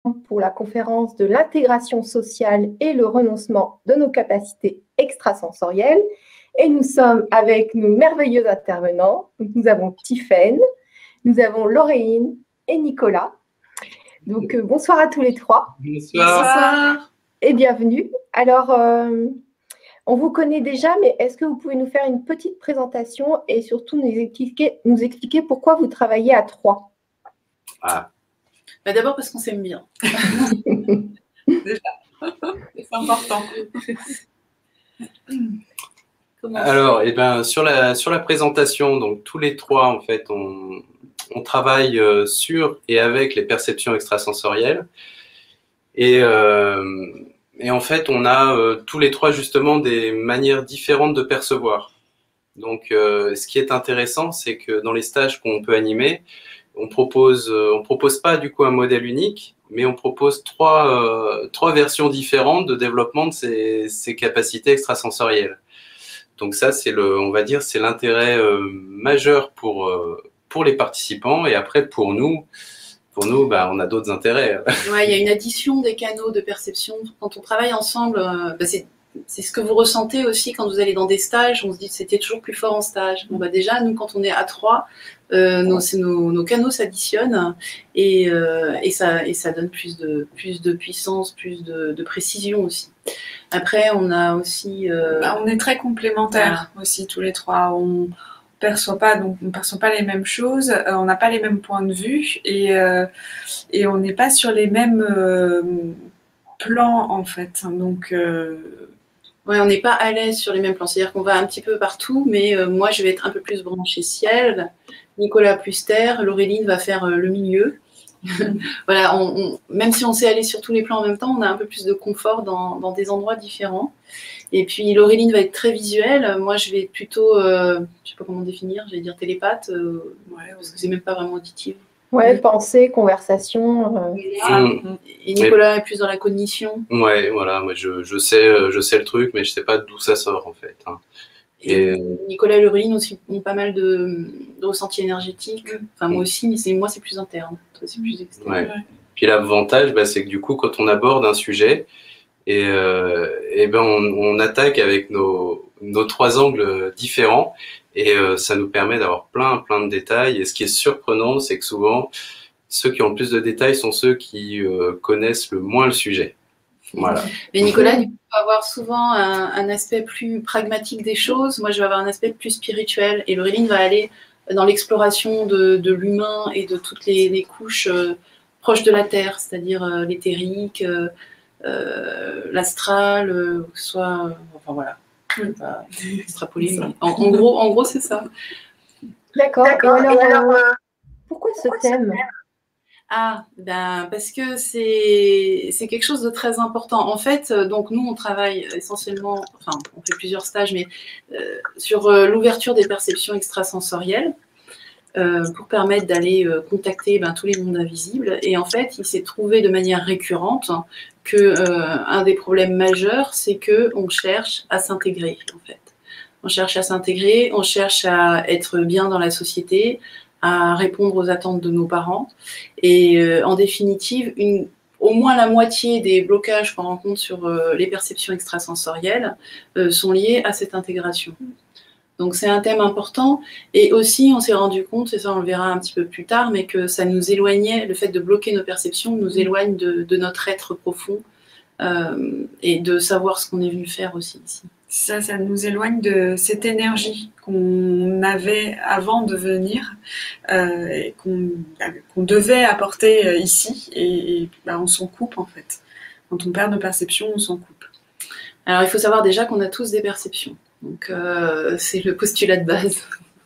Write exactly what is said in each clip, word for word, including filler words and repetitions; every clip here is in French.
pour la conférence de l'intégration sociale et le renoncement de nos capacités extrasensorielles. Et nous sommes avec nos merveilleux intervenants. Donc, nous avons Tiffaine, nous avons Laureline et Nicolas. Donc, euh, bonsoir à tous les trois. Bonsoir. Bonsoir. Et bienvenue. Alors, euh, on vous connaît déjà, mais est-ce que vous pouvez nous faire une petite présentation et surtout nous expliquer, nous expliquer pourquoi vous travaillez à trois? Ah. Bah d'abord parce qu'on s'aime bien. Déjà. C'est important. Alors, eh ben, sur, la, sur la présentation, donc tous les trois, en fait, on, on travaille euh, sur et avec les perceptions extrasensorielles. Et, euh, et en fait, on a euh, tous les trois, justement, des manières différentes de percevoir. Donc, euh, ce qui est intéressant, c'est que dans les stages qu'on peut animer, on propose, euh, on propose pas du coup un modèle unique, mais on propose trois, euh, trois versions différentes de développement de ces, ces capacités extrasensorielles. Donc ça, c'est le, on va dire, c'est l'intérêt euh, majeur pour euh, pour les participants, et après pour nous, pour nous, bah, on a d'autres intérêts. Ouais, il y a une addition des canaux de perception quand on travaille ensemble. Euh, bah, c'est C'est ce que vous ressentez aussi quand vous allez dans des stages. On se dit que c'était toujours plus fort en stage. Bon, bah déjà, nous, quand on est à trois, euh, nos, nos, nos canaux s'additionnent et, euh, et, ça, et ça donne plus de, plus de puissance, plus de, de précision aussi. Après, on a aussi... Euh, bah, on est très complémentaires voilà. aussi, tous les trois. On perçoit pas, donc on perçoit pas les mêmes choses, euh, on n'a pas les mêmes points de vue et, euh, et on n'est pas sur les mêmes euh, plans, en fait. Donc... Euh, Ouais, on n'est pas à l'aise sur les mêmes plans. C'est-à-dire qu'on va un petit peu partout, mais euh, moi, je vais être un peu plus branchée ciel, Nicolas plus terre, Laureline va faire euh, le milieu. Voilà, on, on, même si on sait aller sur tous les plans en même temps, on a un peu plus de confort dans, dans des endroits différents. Et puis, Laureline va être très visuelle. Moi, je vais être plutôt, euh, je sais pas comment définir, je vais dire télépathe, euh, ouais, parce que c'est même pas vraiment auditif. Ouais, pensée, conversation. Euh... Mmh. Et Nicolas est plus dans la cognition. Ouais, voilà, moi je, je sais, je sais le truc, mais je sais pas d'où ça sort en fait. Hein. Et, et Nicolas et Laureline aussi ont pas mal de, de ressentis énergétiques. Enfin moi aussi, mais c'est moi c'est plus interne. Toi c'est plus externe. Ouais. Puis l'avantage, bah, c'est que du coup, quand on aborde un sujet, et, euh, et ben on, on attaque avec nos, nos trois angles différents. Et euh, ça nous permet d'avoir plein, plein de détails. Et ce qui est surprenant, c'est que souvent, ceux qui ont le plus de détails sont ceux qui euh, connaissent le moins le sujet. Voilà. Mais Nicolas, du coup, va avoir souvent un, un aspect plus pragmatique des choses. Moi, je vais avoir un aspect plus spirituel. Et Laureline va aller dans l'exploration de, de l'humain et de toutes les, les couches euh, proches de la Terre, c'est-à-dire euh, l'éthérique, euh, euh, l'astral, euh, que ce soit... Euh, enfin, voilà. Je ne vais pas extrapoler, mais en, en gros, en gros c'est ça. D'accord. Et alors, et alors euh, pourquoi ce thème? Ah, ben, parce que c'est quelque chose de très important. En fait, donc nous, on travaille essentiellement, enfin, on fait plusieurs stages, mais euh, sur euh, l'ouverture des perceptions extrasensorielles euh, pour permettre d'aller euh, contacter ben, tous les mondes invisibles. Et en fait, il s'est trouvé de manière récurrente que euh, un des problèmes majeurs, c'est que on cherche à s'intégrer, en fait. On cherche à s'intégrer, on cherche à être bien dans la société, à répondre aux attentes de nos parents. Et euh, en définitive, une, au moins la moitié des blocages qu'on rencontre sur euh, les perceptions extrasensorielles euh, sont liés à cette intégration. Donc c'est un thème important. Et aussi, on s'est rendu compte, et ça on le verra un petit peu plus tard, mais que ça nous éloignait, le fait de bloquer nos perceptions nous éloigne de, de notre être profond euh, et de savoir ce qu'on est venu faire aussi ici. Ça, ça nous éloigne de cette énergie qu'on avait avant de venir, euh, et qu'on qu'on devait apporter ici, et, et bah, on s'en coupe en fait. Quand on perd nos perceptions, on s'en coupe. Alors il faut savoir déjà qu'on a tous des perceptions. Donc euh, c'est le postulat de base.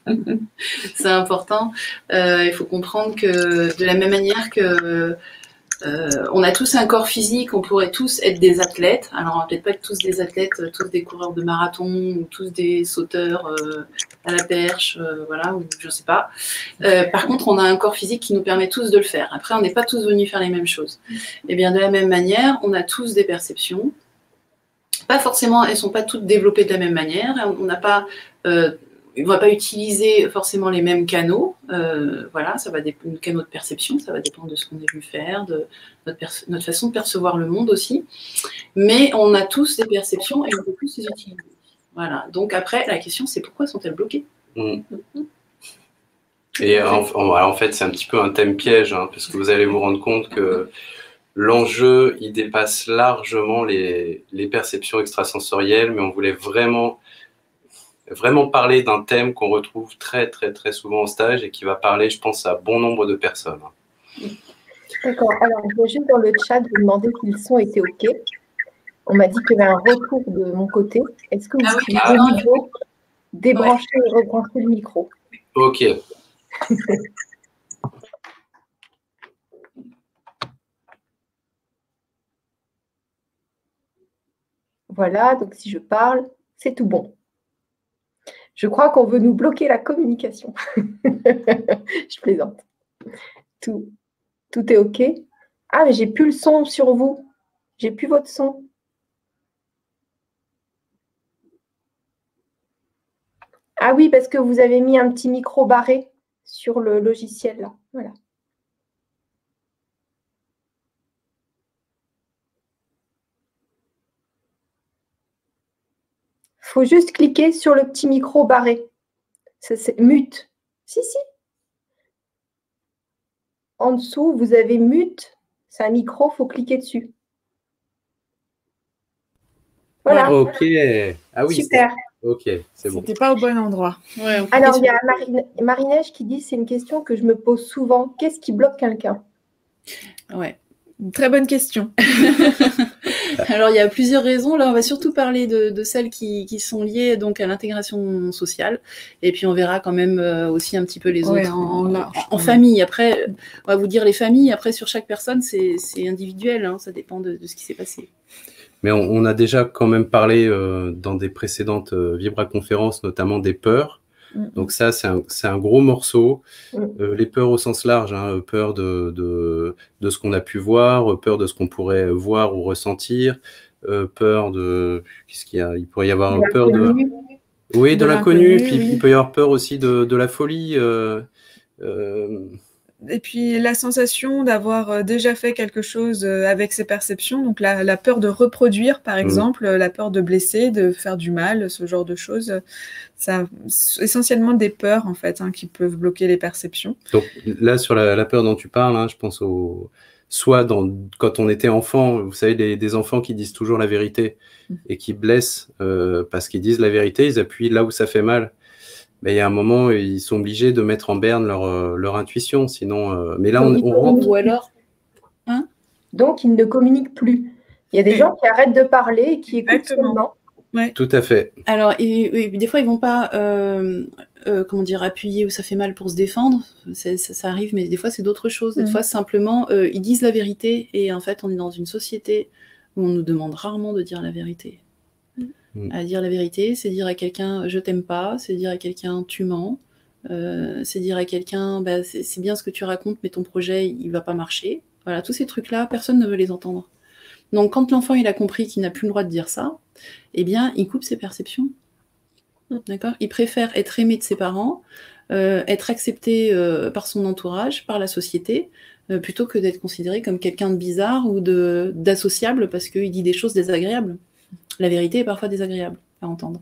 C'est important. Euh, il faut comprendre que de la même manière que Euh, on a tous un corps physique, on pourrait tous être des athlètes. Alors, on va peut-être pas être tous des athlètes, tous des coureurs de marathon, ou tous des sauteurs euh, à la perche, euh, voilà, ou je sais pas. Euh, par contre, on a un corps physique qui nous permet tous de le faire. Après, on n'est pas tous venus faire les mêmes choses. Et bien, de la même manière, on a tous des perceptions. Pas forcément, elles sont pas toutes développées de la même manière. On n'a pas... Euh, ne va pas utiliser forcément les mêmes canaux. Euh, voilà, ça va dépendre des canaux de perception, ça va dépendre de ce qu'on a vu faire, de notre, notre façon de percevoir le monde aussi. Mais on a tous des perceptions et on peut tous les utiliser. Voilà. Donc après, la question, c'est pourquoi sont-elles bloquées? Mmh. Et en, en fait, c'est un petit peu un thème piège, hein, parce que vous allez vous rendre compte que l'enjeu, il dépasse largement les, les perceptions extrasensorielles, mais on voulait vraiment, vraiment parler d'un thème qu'on retrouve très, très, très souvent en stage et qui va parler, je pense, à bon nombre de personnes. D'accord. Alors, je vais juste dans le chat vous demander si le son était OK. On m'a dit qu'il y avait un retour de mon côté. Est-ce que vous Ah pouvez oui, de nouveau débrancher ouais. et rebrancher le micro? OK. Voilà, donc si je parle, c'est tout bon. Je crois qu'on veut nous bloquer la communication. Je plaisante. Tout, tout est OK. Ah, mais j'ai plus le son sur vous. J'ai plus votre son. Ah oui, parce que vous avez mis un petit micro barré sur le logiciel là. Voilà. Il faut juste cliquer sur le petit micro barré. C'est mute. Si, si. En dessous, vous avez mute. C'est un micro, il faut cliquer dessus. Voilà. Ok. Ah oui. Super. Ok, c'est bon. C'était pas au bon endroit. Ouais, alors, il y a Marine, Marinège qui dit, c'est une question que je me pose souvent. Qu'est-ce qui bloque quelqu'un? Ouais. Une très bonne question. Alors, il y a plusieurs raisons. Là, on va surtout parler de, de celles qui, qui sont liées donc à l'intégration sociale. Et puis, on verra quand même euh, aussi un petit peu les ouais, autres en, en, en, en famille. Après, on va vous dire les familles. Après, sur chaque personne, c'est individuel. Hein, ça dépend de, de ce qui s'est passé. Mais on, on a déjà quand même parlé euh, dans des précédentes euh, Vibra-conférences, notamment des peurs. Mm-hmm. Donc ça, c'est un, un gros morceau. Mm-hmm. euh, les peurs au sens large, hein, peur de, de, de ce qu'on a pu voir, peur de ce qu'on pourrait voir ou ressentir, euh, peur de... Qu'est-ce qu'il y a? Il pourrait y avoir de peur de... Oui, de, de l'inconnu, puis oui. Il peut y avoir peur aussi de, de la folie. Euh, euh... Et puis la sensation d'avoir déjà fait quelque chose avec ses perceptions, donc la, la peur de reproduire par exemple, mmh. la peur de blesser, de faire du mal, ce genre de choses, ça, essentiellement des peurs en fait hein, qui peuvent bloquer les perceptions. Donc là sur la, la peur dont tu parles, hein, je pense au soit dans, quand on était enfant, vous savez des, des enfants qui disent toujours la vérité mmh. et qui blessent euh, parce qu'ils disent la vérité, ils appuient là où ça fait mal. Mais il y a un moment, ils sont obligés de mettre en berne leur, euh, leur intuition, sinon... Euh, mais là, on, on rentre... Ou alors... Hein Donc, ils ne communiquent plus. Il y a des oui. gens qui arrêtent de parler et qui écoutent seulement. Ouais. Tout à fait. Alors, et, et, des fois, ils vont pas, euh, euh, comment dire, appuyer où ça fait mal pour se défendre. Ça, ça arrive, mais des fois, c'est d'autres choses. Des mmh. fois, simplement, euh, ils disent la vérité. Et en fait, on est dans une société où on nous demande rarement de dire la vérité. À dire la vérité, c'est dire à quelqu'un je t'aime pas, c'est dire à quelqu'un tu mens, euh, c'est dire à quelqu'un bah, c'est bien ce que tu racontes, mais ton projet il va pas marcher. Voilà, tous ces trucs-là, personne ne veut les entendre. Donc quand l'enfant il a compris qu'il n'a plus le droit de dire ça, eh bien il coupe ses perceptions. D'accord ? Il préfère être aimé de ses parents, euh, être accepté euh, par son entourage, par la société, euh, plutôt que d'être considéré comme quelqu'un de bizarre ou de d'associable parce qu'il dit des choses désagréables. La vérité est parfois désagréable à entendre.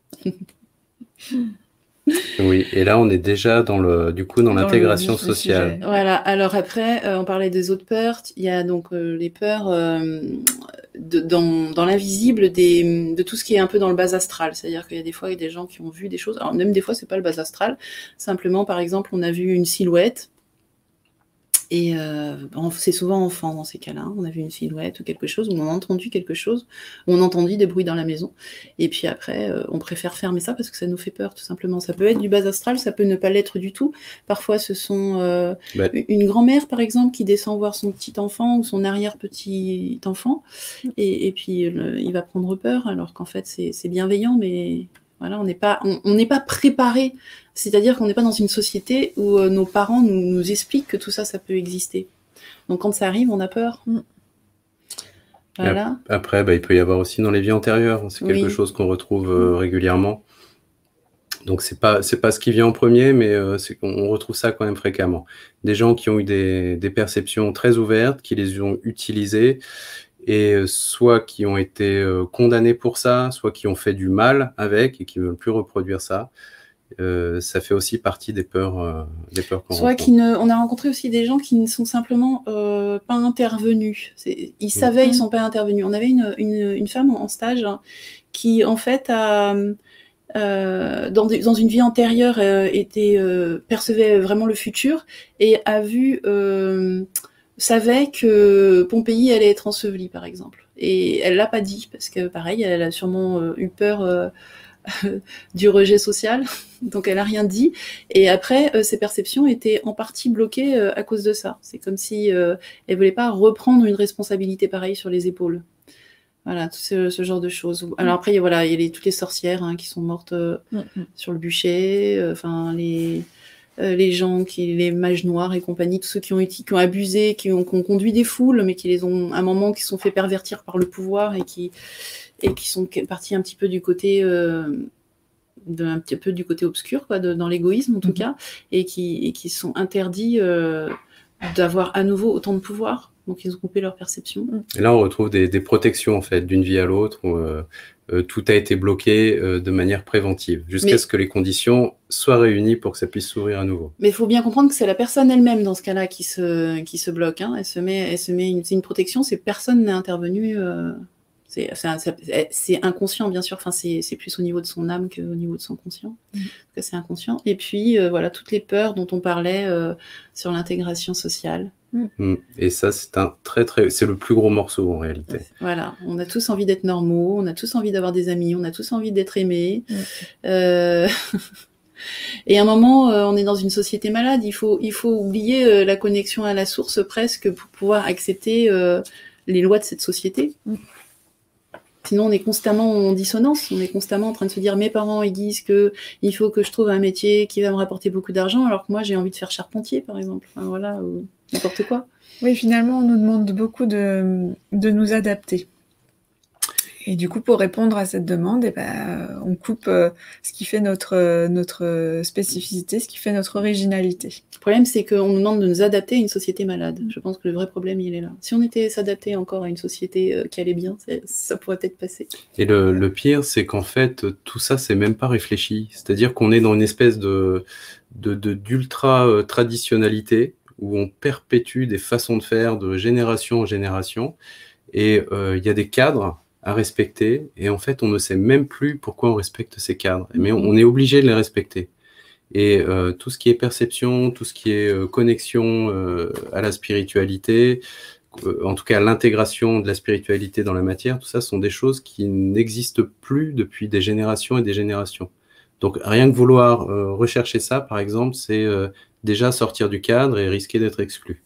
Oui, et là on est déjà dans le, du coup dans, dans l'intégration sociale. Sujet. Voilà. Alors après, euh, on parlait des autres peurs. Il y a donc euh, les peurs euh, de, dans, dans l'invisible des, de tout ce qui est un peu dans le bas astral. C'est-à-dire qu'il y a des fois il y a des gens qui ont vu des choses. Alors même des fois c'est pas le bas astral. Simplement par exemple on a vu une silhouette. Et euh, c'est souvent enfant dans ces cas-là. On a vu une silhouette ou quelque chose, ou on a entendu quelque chose, ou on a entendu des bruits dans la maison. Et puis après, euh, on préfère fermer ça parce que ça nous fait peur, tout simplement. Ça peut être du bas astral, ça peut ne pas l'être du tout. Parfois, ce sont euh, bah. une grand-mère, par exemple, qui descend voir son petit enfant ou son arrière-petit enfant, et, et puis le, il va prendre peur, alors qu'en fait, c'est bienveillant, mais... Voilà, on n'est pas, on, on n'est pas préparé, c'est-à-dire qu'on n'est pas dans une société où euh, nos parents nous, nous expliquent que tout ça, ça peut exister. Donc quand ça arrive, on a peur. Mm. Voilà. Après, bah, il peut y avoir aussi dans les vies antérieures, c'est quelque oui. chose qu'on retrouve euh, régulièrement. Donc, ce n'est pas, c'est pas ce qui vient en premier, mais euh, c'est qu'on retrouve ça quand même fréquemment. Des gens qui ont eu des, des perceptions très ouvertes, qui les ont utilisées, et euh, soit qui ont été euh, condamnés pour ça, soit qui ont fait du mal avec et qui ne veulent plus reproduire ça. Euh, ça fait aussi partie des peurs, euh, des peurs qu'on Soit rencontre. qui ne, on a rencontré aussi des gens qui ne sont simplement euh, pas intervenus. C'est, ils savaient, mmh. ils ne sont pas intervenus. On avait une, une, une femme en stage hein, qui, en fait, a... Euh, dans, des, dans une vie antérieure euh, était, euh, percevait vraiment le futur et a vu euh, savait que Pompéi allait être ensevelie par exemple et elle l'a pas dit parce que pareil elle a sûrement euh, eu peur euh, du rejet social donc elle a rien dit et après euh, ses perceptions étaient en partie bloquées euh, à cause de ça. C'est comme si euh, elle voulait pas reprendre une responsabilité pareille sur les épaules. Voilà, tout ce, ce genre de choses. Alors après, voilà, il y a les, toutes les sorcières hein, qui sont mortes euh, mm-hmm. sur le bûcher, enfin euh, les, euh, les gens, qui, les mages noirs et compagnie, tous ceux qui ont, qui ont abusé, qui ont, qui ont conduit des foules, mais qui les ont, à un moment, qui se sont fait pervertir par le pouvoir et qui, et qui sont partis un petit peu du côté, euh, de, un petit peu du côté obscur, quoi, de, dans l'égoïsme en tout mm-hmm. cas, et qui, et qui sont interdits euh, d'avoir à nouveau autant de pouvoir. Donc, ils ont coupé leur perception. Et là, on retrouve des, des protections, en fait, d'une vie à l'autre, où euh, euh, tout a été bloqué euh, de manière préventive, jusqu'à Mais... ce que les conditions soient réunies pour que ça puisse s'ouvrir à nouveau. Mais il faut bien comprendre que c'est la personne elle-même, dans ce cas-là, qui se, qui se bloque. Hein. Elle se met, elle se met une, c'est une protection, c'est personne n'est intervenu. Euh, c'est, c'est, c'est inconscient, bien sûr. Enfin, c'est, c'est plus au niveau de son âme qu'au niveau de son conscient. Mmh. En tout cas, c'est inconscient. Et puis, euh, voilà, toutes les peurs dont on parlait euh, sur l'intégration sociale. Mmh. Et ça, c'est un très, très, c'est le plus gros morceau en réalité. Voilà, on a tous envie d'être normaux, on a tous envie d'avoir des amis, on a tous envie d'être aimés. Mmh. Euh... Et à un moment, euh, on est dans une société malade. Il faut, il faut oublier euh, la connexion à la source presque pour pouvoir accepter euh, les lois de cette société. Mmh. Sinon, on est constamment en dissonance. On est constamment en train de se dire, mes parents, ils disent que il faut que je trouve un métier qui va me rapporter beaucoup d'argent, alors que moi, j'ai envie de faire charpentier, par exemple. Enfin, voilà, ou n'importe quoi. Oui, finalement, on nous demande beaucoup de, de nous adapter. Et du coup, pour répondre à cette demande, eh ben, on coupe euh, ce qui fait notre, euh, notre spécificité, ce qui fait notre originalité. Le problème, c'est qu'on nous demande de nous adapter à une société malade. Je pense que le vrai problème, il est là. Si on était s'adapter encore à une société euh, qui allait bien, ça pourrait peut-être passer. Et le, le pire, c'est qu'en fait, tout ça, c'est même pas réfléchi. C'est-à-dire qu'on est dans une espèce de, de, de, d'ultra-traditionnalité où on perpétue des façons de faire de génération en génération. Et il euh, y a des cadres à respecter, et en fait, on ne sait même plus pourquoi on respecte ces cadres, mais on, on est obligé de les respecter. Et euh, tout ce qui est perception, tout ce qui est euh, connexion euh, à la spiritualité, euh, en tout cas l'intégration de la spiritualité dans la matière, tout ça sont des choses qui n'existent plus depuis des générations et des générations. Donc rien que vouloir euh, rechercher ça, par exemple, c'est euh, déjà sortir du cadre et risquer d'être exclu.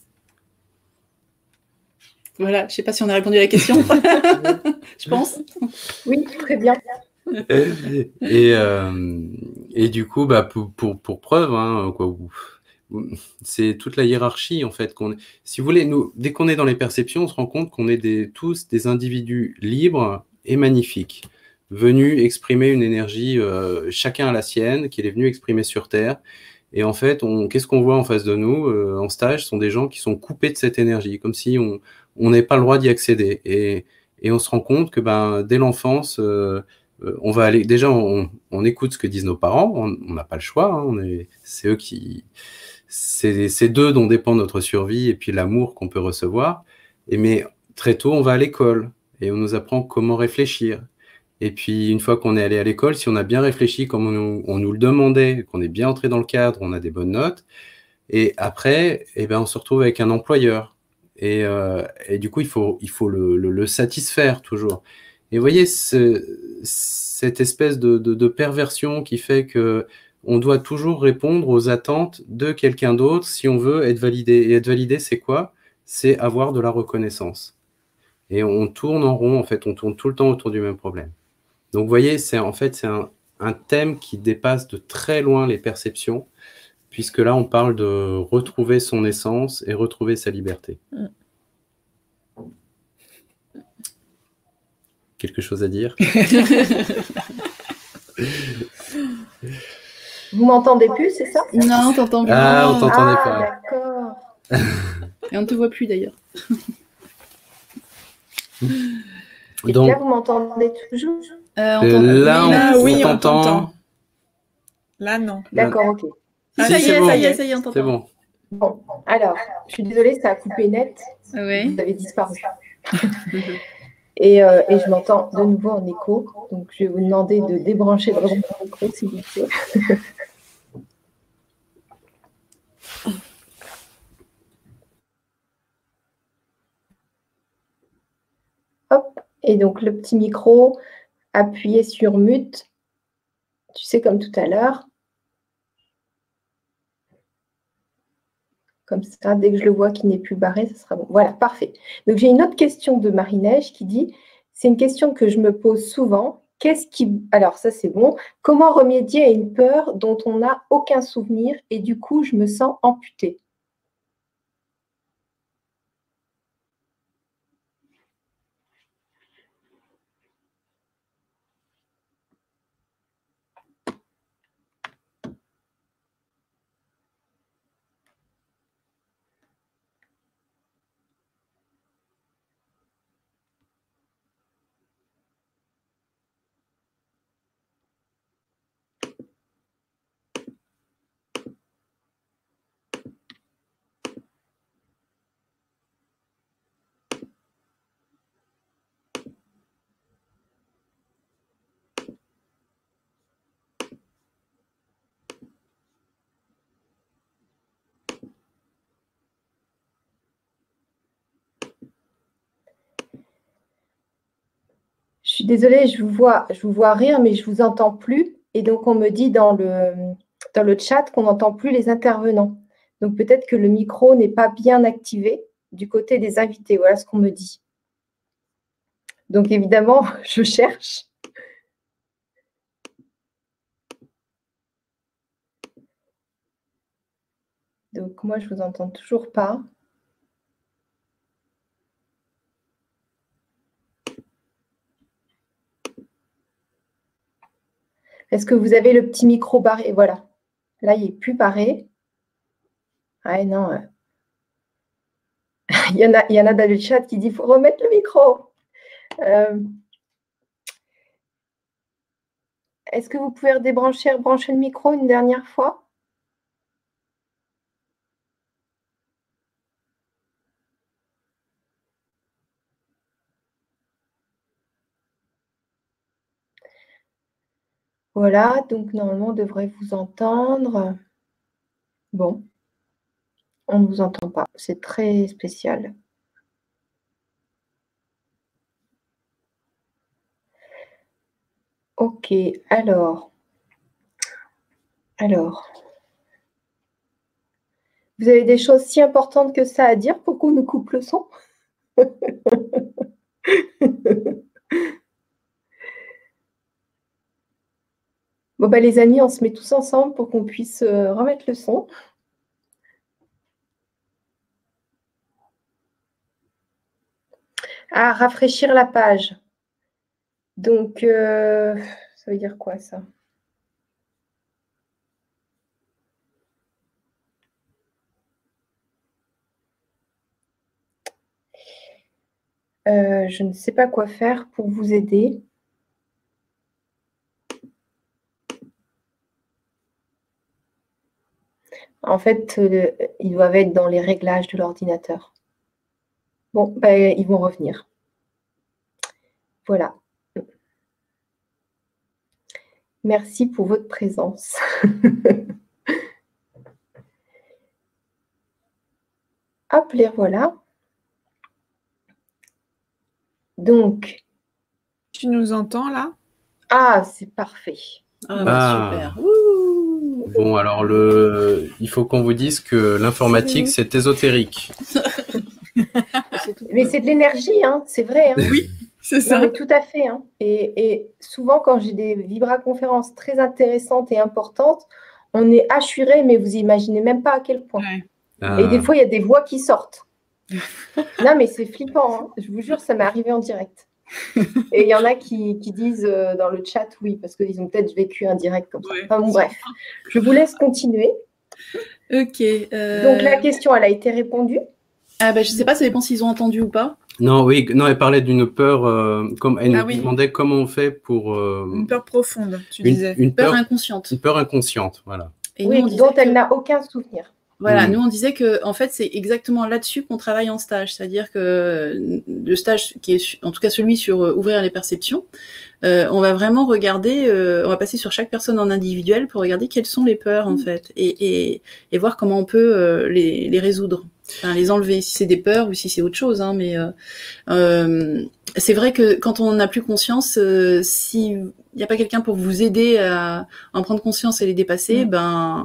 Voilà, je ne sais pas si on a répondu à la question. Je pense. Oui, très bien. Et, euh, et du coup, bah, pour, pour, pour preuve, hein, quoi, c'est toute la hiérarchie, en fait. Qu'on, si vous voulez, nous, dès qu'on est dans les perceptions, on se rend compte qu'on est des, tous des individus libres et magnifiques, venus exprimer une énergie, euh, chacun à la sienne, qu'il est venu exprimer sur Terre. Et en fait, on, qu'est-ce qu'on voit en face de nous euh, en stage? Ce sont des gens qui sont coupés de cette énergie, comme si on on n'avait pas le droit d'y accéder. Et, et on se rend compte que ben, dès l'enfance, euh, on va aller. Déjà, on, on écoute ce que disent nos parents. On n'a pas le choix. Hein, on est, c'est eux qui, c'est, c'est d'eux dont dépend notre survie et puis l'amour qu'on peut recevoir. Et mais très tôt, on va à l'école et on nous apprend comment réfléchir. Et puis, une fois qu'on est allé à l'école, si on a bien réfléchi comme on nous, on nous le demandait, qu'on est bien entré dans le cadre, on a des bonnes notes. Et après, eh ben, on se retrouve avec un employeur. Et, euh, et du coup, il faut, il faut le, le, le satisfaire toujours. Et vous voyez, ce, cette espèce de, de, de perversion qui fait que on doit toujours répondre aux attentes de quelqu'un d'autre si on veut être validé. Et être validé, c'est quoi? C'est avoir de la reconnaissance. Et on tourne en rond, en fait, on tourne tout le temps autour du même problème. Donc, vous voyez, c'est, en fait, c'est un, un thème qui dépasse de très loin les perceptions, puisque là, on parle de retrouver son essence et retrouver sa liberté. Mm. Quelque chose à dire? Vous m'entendez plus, c'est ça? Non, on t'entend plus. Ah, on t'entendait Ah, pas. d'accord. Et on ne te voit plus d'ailleurs. Et Donc, là, vous m'entendez toujours? Euh, on euh, t'entend- là, on, là, on oui, on t'entend. t'entend. Là, non. D'accord, ok. Ah, Si, ça y c'est est, bon. ça y est, ça y est, on t'entend. C'est bon. Bon, alors, je suis désolée, ça a coupé net. Ouais. Vous avez disparu. Et, euh, et je m'entends de nouveau en écho. Donc, je vais vous demander de débrancher votre micro, s'il vous plaît. Hop. Et donc, le petit micro, appuyez sur mute. Tu sais, comme tout à l'heure. Comme ça, dès que je le vois qui n'est plus barré, ce sera bon. Voilà, parfait. Donc, j'ai une autre question de Marie-Neige qui dit, c'est une question que je me pose souvent. Qu'est-ce qui... Alors, ça, c'est bon. Comment remédier à une peur dont on n'a aucun souvenir et du coup, je me sens amputée? Je suis désolée, je vous vois, je vous vois rire, mais je ne vous entends plus. Et donc, on me dit dans le, dans le chat qu'on n'entend plus les intervenants. Donc, peut-être que le micro n'est pas bien activé du côté des invités. Voilà ce qu'on me dit. Donc, évidemment, je cherche. Donc, moi, je ne vous entends toujours pas. Est-ce que vous avez le petit micro barré? Voilà. Là, il n'est plus barré. Ah non. il, y en a, il y en a dans le chat qui dit qu'il faut remettre le micro. Euh... Est-ce que vous pouvez redébrancher, rebrancher le micro une dernière fois? Voilà, donc normalement, on devrait vous entendre. Bon, on ne vous entend pas. C'est très spécial. Ok, alors. Alors. Vous avez des choses si importantes que ça à dire pour qu'on nous coupe le son? Bon, bah, les amis, on se met tous ensemble pour qu'on puisse euh, remettre le son. Ah, rafraîchir la page. Donc, euh, ça veut dire quoi, ça? euh, Je ne sais pas quoi faire pour vous aider. En fait, le, ils doivent être dans les réglages de l'ordinateur. Bon, ben, ils vont revenir. Voilà. Merci pour votre présence. Hop, les voilà. Donc. Tu nous entends là? Ah, c'est parfait. Ah, bah, Ah. super. Ouh. Bon, alors, le... il faut qu'on vous dise que l'informatique, c'est ésotérique. Mais c'est de l'énergie, hein, c'est vrai. Hein. Oui, c'est ça. Non, mais tout à fait. Hein. Et, et souvent, quand j'ai des vibra-conférences très intéressantes et importantes, on est assuré, mais vous imaginez même pas à quel point. Ouais. Ah. Et des fois, il y a des voix qui sortent. Non, mais c'est flippant. Hein. Je vous jure, ça m'est arrivé en direct. Et il y en a qui, qui disent euh, dans le chat oui, parce qu'ils ont peut-être vécu un direct comme ça. Oui. Enfin bon, bref, je vous laisse continuer. Ok. euh, Donc la question, elle a été répondue. Ah bah je sais pas, ça dépend s'ils ont entendu ou pas. Non, oui, non, elle parlait d'une peur, euh, comme elle Ah nous oui. demandait comment on fait pour euh, Une peur profonde, tu une, disais. une Peur peur, inconsciente. une peur inconsciente, voilà. Et Oui, nous, on disait dont elle que- n'a aucun souvenir. Voilà, Mm. nous on disait que en fait c'est exactement là-dessus qu'on travaille en stage, c'est-à-dire que le stage qui est su- en tout cas celui sur euh, ouvrir les perceptions, euh, on va vraiment regarder, euh, on va passer sur chaque personne en individuel pour regarder quelles sont les peurs en fait et, et, et voir comment on peut euh, les, les résoudre, enfin, les enlever si c'est des peurs ou si c'est autre chose. Hein, mais euh, euh, c'est vrai que quand on n'a plus conscience, euh, s'il n'y a pas quelqu'un pour vous aider à en prendre conscience et les dépasser, Mm. ben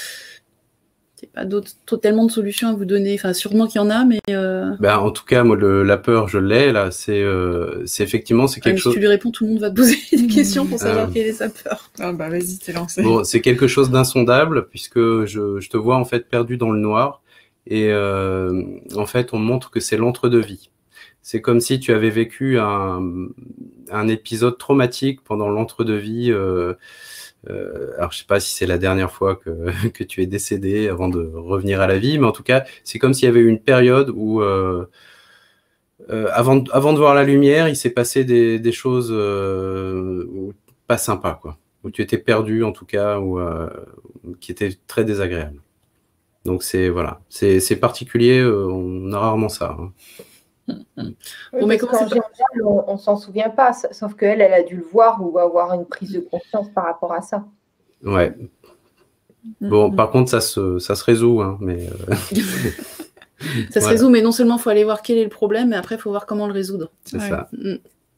c'est pas d'autres, tellement de solutions à vous donner. Enfin, sûrement qu'il y en a, mais euh, Ben, en tout cas, moi, le, la peur, je l'ai, là, c'est euh, c'est effectivement, c'est ouais, quelque mais si chose. tu lui réponds, tout le monde va te poser des questions pour savoir Euh. quelle est sa peur. Ah bah vas-y, t'es lancé. Bon, c'est quelque chose d'insondable puisque je, je te vois en fait perdu dans le noir et euh, en fait on montre que c'est l'entre-deux-vie. C'est comme si tu avais vécu un, un épisode traumatique pendant l'entre-deux-vie. Euh, euh, alors je sais pas si c'est la dernière fois que, que tu es décédé avant de revenir à la vie, mais en tout cas c'est comme s'il y avait eu une période où euh, euh, avant, avant de voir la lumière, il s'est passé des, des choses euh, pas sympas, quoi. Où tu étais perdu en tout cas, ou euh, qui était très désagréable. Donc c'est voilà, c'est c'est particulier, euh, on a rarement ça. Hein. Oui, Bon, mais parce comment qu'en c'est général, on, on s'en souvient pas, sauf qu'elle, elle a dû le voir ou avoir une prise de conscience par rapport à ça. Ouais. Bon, par contre, ça se ça se résout, hein, mais euh, Ça se voilà. résout, mais non seulement il faut aller voir quel est le problème, mais après il faut voir comment le résoudre. C'est Ouais. ça. Mm.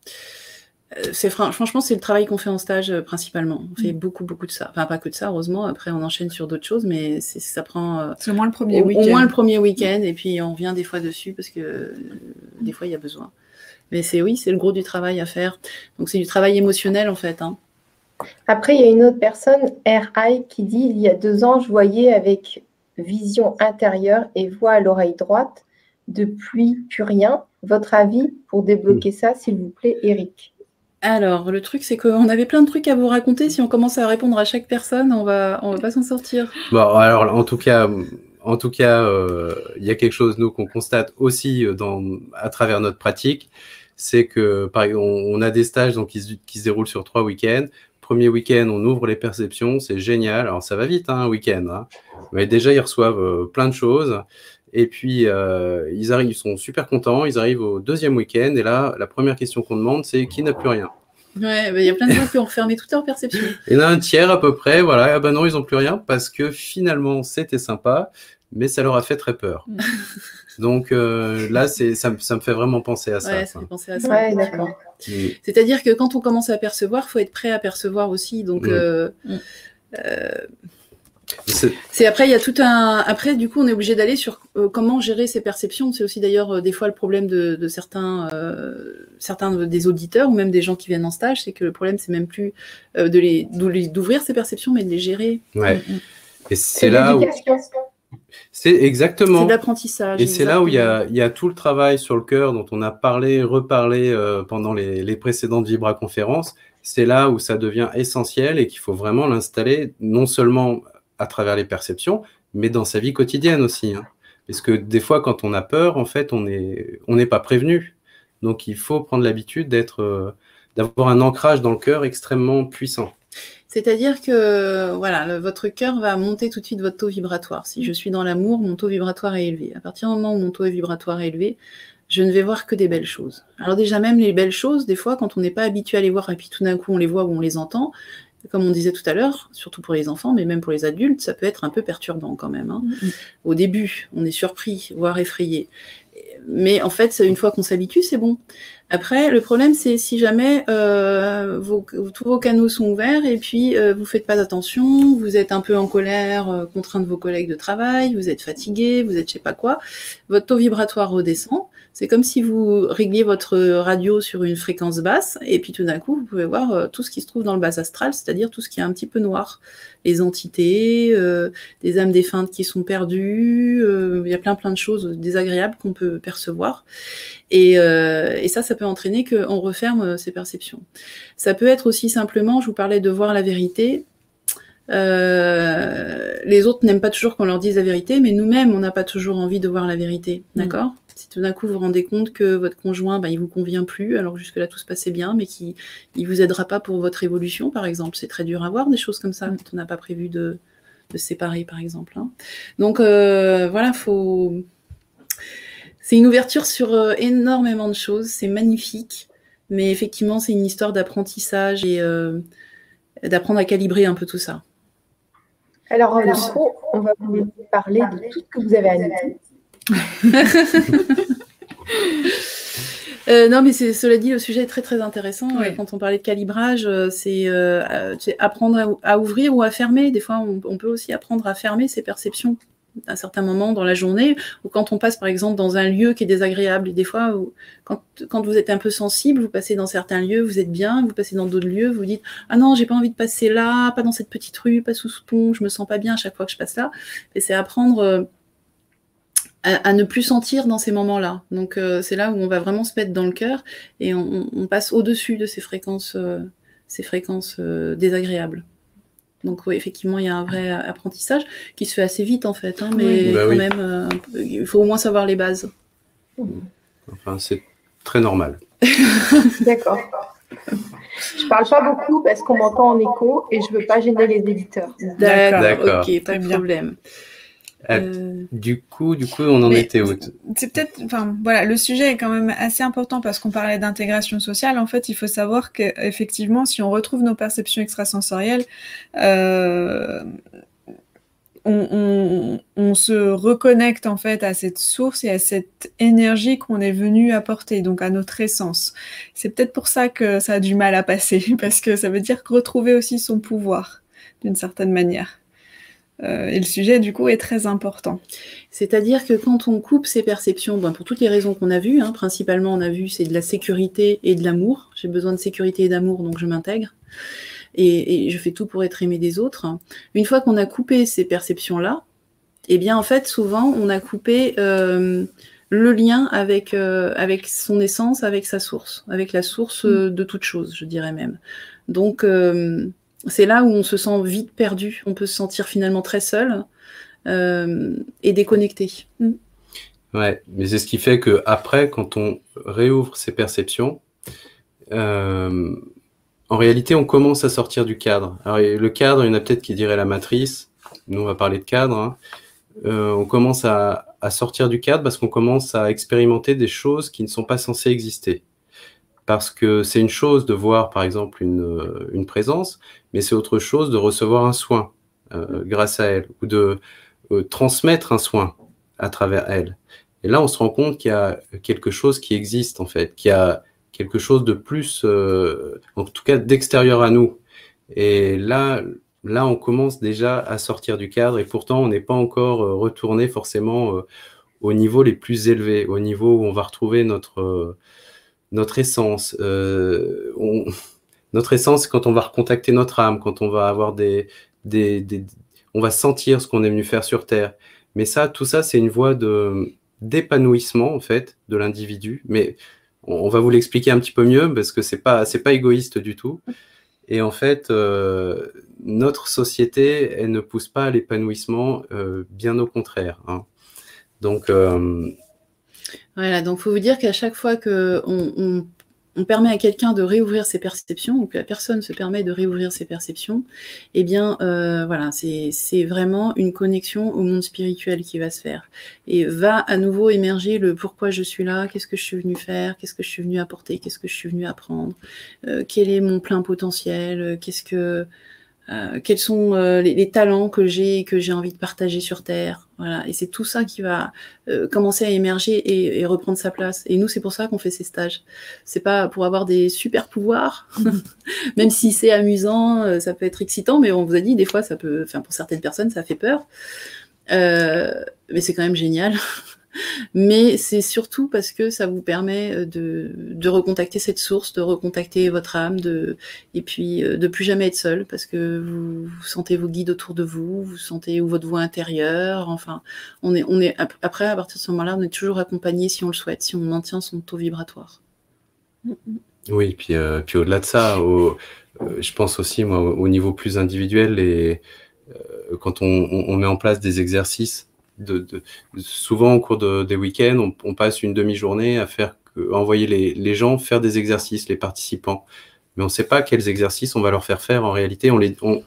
Euh, C'est fran- franchement c'est le travail qu'on fait en stage euh, principalement. On fait beaucoup beaucoup de ça. Enfin pas que de ça heureusement. Après on enchaîne sur d'autres choses, mais c'est, ça prend euh, C'est au moins le premier au, au week-end. moins le premier week-end et puis on revient des fois dessus parce que euh, des fois il y a besoin. Mais c'est oui, c'est le gros du travail à faire. Donc c'est du travail émotionnel en fait. Hein. Après, il y a une autre personne, R I, qui dit il y a deux ans, je voyais avec vision intérieure et voix à l'oreille droite. Depuis, plus rien. Votre avis pour débloquer ça, s'il vous plaît, Eric? Alors, le truc, c'est qu'on avait plein de trucs à vous raconter. Si on commence à répondre à chaque personne, on va, on va pas s'en sortir. Bon, alors en tout cas, en tout cas, euh, il y a quelque chose nous qu'on constate aussi dans à travers notre pratique, c'est que par exemple, on, on a des stages donc qui se, qui se déroulent sur trois week-ends. Premier week-end, on ouvre les perceptions, c'est génial. Alors ça va vite, hein, un week-end. Hein. Mais déjà, ils reçoivent euh, plein de choses. Et puis, euh, ils arrivent, ils sont super contents. Ils arrivent au deuxième week-end. Et là, la première question qu'on demande, c'est qui n'a plus rien. Ouais, bah, il y a plein de gens qui ont refermé toute leur perception. Il y en a un tiers à peu près, voilà. Ah ben non, ils n'ont plus rien parce que finalement, c'était sympa, mais ça leur a fait très peur. Donc euh, là, c'est, ça, ça me fait vraiment penser à ça. Ouais, ça quoi. fait penser à ça. Ouais, d'accord. Mm. C'est-à-dire que quand on commence à percevoir, il faut être prêt à percevoir aussi. Donc, Mm. euh, Mm. euh, C'est- c'est après, il y a tout un. Après, du coup, on est obligé d'aller sur euh, comment gérer ces perceptions. C'est aussi d'ailleurs euh, des fois le problème de, de certains, euh, certains des auditeurs ou même des gens qui viennent en stage, c'est que le problème, c'est même plus euh, de les, d'ouvrir ces perceptions, mais de les gérer. Ouais. Mm, mm. Et c'est là où l'éducation. c'est C'est exactement. de l'apprentissage. Et c'est là où il y exactement. a, il y a tout le travail sur le cœur dont on a parlé, reparlé euh, pendant les, les précédentes Vibra-conférences. C'est là où ça devient essentiel et qu'il faut vraiment l'installer non seulement à travers les perceptions, mais dans sa vie quotidienne aussi. Hein. Parce que des fois, quand on a peur, en fait, on n'est on n'est pas prévenu. Donc, il faut prendre l'habitude d'être, euh, d'avoir un ancrage dans le cœur extrêmement puissant. C'est-à-dire que voilà, le- votre cœur va monter tout de suite votre taux vibratoire. Si je suis dans l'amour, mon taux vibratoire est élevé. À partir du moment où mon taux vibratoire est élevé, je ne vais voir que des belles choses. Alors déjà, même les belles choses, des fois, quand on n'est pas habitué à les voir et puis tout d'un coup on les voit ou on les entend, comme on disait tout à l'heure, surtout pour les enfants, mais même pour les adultes, ça peut être un peu perturbant quand même. Hein. Mm. Au début, on est surpris, voire effrayé. Mais en fait, une fois qu'on s'habitue, c'est bon. Après, le problème, c'est si jamais euh, vos, tous vos canaux sont ouverts et puis euh, vous faites pas attention, vous êtes un peu en colère, euh, contraint de vos collègues de travail, vous êtes fatigué, vous êtes je sais pas quoi, votre taux vibratoire redescend, C'est comme si vous régliez votre radio sur une fréquence basse, et puis tout d'un coup, vous pouvez voir euh, tout ce qui se trouve dans le bas astral, c'est-à-dire tout ce qui est un petit peu noir. Les entités, euh, des âmes défuntes qui sont perdues, euh, il y a plein plein de choses désagréables qu'on peut percevoir. Et, euh, et ça, ça peut entraîner qu'on referme ses perceptions. Ça peut être aussi simplement, je vous parlais de voir la vérité. Euh, les autres n'aiment pas toujours qu'on leur dise la vérité, mais nous-mêmes, on n'a pas toujours envie de voir la vérité, d'accord ? Mmh. Si tout d'un coup vous vous rendez compte que votre conjoint, bah, il vous convient plus, alors jusque-là tout se passait bien, mais qu'il ne vous aidera pas pour votre évolution, par exemple, c'est très dur à voir des choses comme ça, mmh. quand on n'a pas prévu de, de se séparer, par exemple. Hein. Donc euh, voilà, faut... c'est une ouverture sur euh, énormément de choses, c'est magnifique, mais effectivement, c'est une histoire d'apprentissage et euh, d'apprendre à calibrer un peu tout ça. Alors, en gros, on va vous parler de tout ce que vous avez annoté. euh, non, mais c'est, cela dit, le sujet est très très intéressant. Oui. Quand on parlait de calibrage, c'est, euh, c'est apprendre à, à ouvrir ou à fermer. Des fois, on, on peut aussi apprendre à fermer ses perceptions à un certain moment dans la journée, ou quand on passe par exemple dans un lieu qui est désagréable. Et des fois, quand, quand vous êtes un peu sensible, vous passez dans certains lieux, vous êtes bien, vous passez dans d'autres lieux, vous dites « Ah non, j'ai pas envie de passer là, pas dans cette petite rue, pas sous ce pont, je me sens pas bien à chaque fois que je passe là. » Et c'est apprendre euh, à, à ne plus sentir dans ces moments-là. Donc euh, c'est là où on va vraiment se mettre dans le cœur et on, on passe au-dessus de ces fréquences, euh, ces fréquences euh, désagréables. Donc oui, effectivement, il y a un vrai apprentissage qui se fait assez vite en fait, hein, mais oui. bah quand oui. même, euh, il faut au moins savoir les bases. Enfin, c'est très normal. D'accord. Je parle pas beaucoup parce qu'on m'entend en écho et je veux pas gêner les éditeurs. D'accord, D'accord. ok, pas de problème. Euh, du coup, du coup, on en Mais était où? C'est peut-être, enfin, voilà, le sujet est quand même assez important parce qu'on parlait d'intégration sociale. En fait, il faut savoir qu'effectivement, si on retrouve nos perceptions extrasensorielles, euh, on, on, on se reconnecte en fait à cette source et à cette énergie qu'on est venu apporter, donc à notre essence. C'est peut-être pour ça que ça a du mal à passer, parce que ça veut dire retrouver aussi son pouvoir, d'une certaine manière. Euh, et le sujet, du coup, est très important. C'est-à-dire que quand on coupe ses perceptions, ben pour toutes les raisons qu'on a vues, hein, principalement on a vu c'est de la sécurité et de l'amour. J'ai besoin de sécurité et d'amour, donc je m'intègre. Et, et je fais tout pour être aimé des autres. Une fois qu'on a coupé ces perceptions-là, eh bien en fait, souvent, on a coupé euh, le lien avec, euh, avec son essence, avec sa source, avec la source euh, de toute chose, je dirais même. Donc... Euh, c'est là où on se sent vite perdu, on peut se sentir finalement très seul euh, et déconnecté. Mm. Ouais, mais c'est ce qui fait que après, quand on réouvre ses perceptions, euh, en réalité, on commence à sortir du cadre. Alors, le cadre, il y en a peut-être qui diraient la matrice. Nous, on va parler de cadre. Hein. Euh, on commence à, à sortir du cadre parce qu'on commence à expérimenter des choses qui ne sont pas censées exister. Parce que c'est une chose de voir, par exemple, une, une présence, mais c'est autre chose de recevoir un soin euh, grâce à elle, ou de euh, transmettre un soin à travers elle. Et là, on se rend compte qu'il y a quelque chose qui existe, en fait, qu'il y a quelque chose de plus, euh, en tout cas d'extérieur à nous. Et là, là, on commence déjà à sortir du cadre, et pourtant, on n'est pas encore euh, retourné forcément euh, au niveau les plus élevés, au niveau où on va retrouver notre... Euh, notre essence. Euh, on, notre essence, c'est quand on va recontacter notre âme, quand on va avoir des, des, des on va sentir ce qu'on est venu faire sur Terre. Mais ça, tout ça, c'est une voie de d'épanouissement en fait de l'individu. Mais on, on va vous l'expliquer un petit peu mieux parce que c'est pas c'est pas égoïste du tout. Et en fait, euh, notre société, elle ne pousse pas à l'épanouissement, euh, bien au contraire. Hein. Donc euh, Voilà, donc il faut vous dire qu'à chaque fois qu'on on, on permet à quelqu'un de réouvrir ses perceptions, ou que la personne se permet de réouvrir ses perceptions, eh bien, euh, voilà, c'est, c'est vraiment une connexion au monde spirituel qui va se faire. Et va à nouveau émerger le pourquoi je suis là, qu'est-ce que je suis venu faire, qu'est-ce que je suis venu apporter, qu'est-ce que je suis venu apprendre, euh, quel est mon plein potentiel, qu'est-ce que... Euh, quels sont euh, les, les talents que j'ai et que j'ai envie de partager sur Terre. Voilà. Et c'est tout ça qui va euh, commencer à émerger et, et reprendre sa place. Et nous, c'est pour ça qu'on fait ces stages. C'est pas pour avoir des super pouvoirs, même si c'est amusant, euh, ça peut être excitant, mais on vous a dit, des fois, ça peut, enfin, pour certaines personnes, ça fait peur. Euh, mais c'est quand même génial. Mais c'est surtout parce que ça vous permet de, de recontacter cette source, de recontacter votre âme, de, et puis de plus jamais être seul, parce que vous, vous sentez vos guides autour de vous, vous sentez ou votre voix intérieure. Enfin, on est, on est après à partir de ce moment-là, on est toujours accompagné si on le souhaite, si on maintient son taux vibratoire. Oui, puis, euh, puis au-delà de ça, au, euh, je pense aussi moi au niveau plus individuel, et euh, quand on, on, on met en place des exercices. De, de, souvent au cours de, des week-ends, on, on passe une demi-journée à faire que, envoyer les, les gens faire des exercices, les participants. Mais on ne sait pas quels exercices on va leur faire faire en réalité. On, les, on,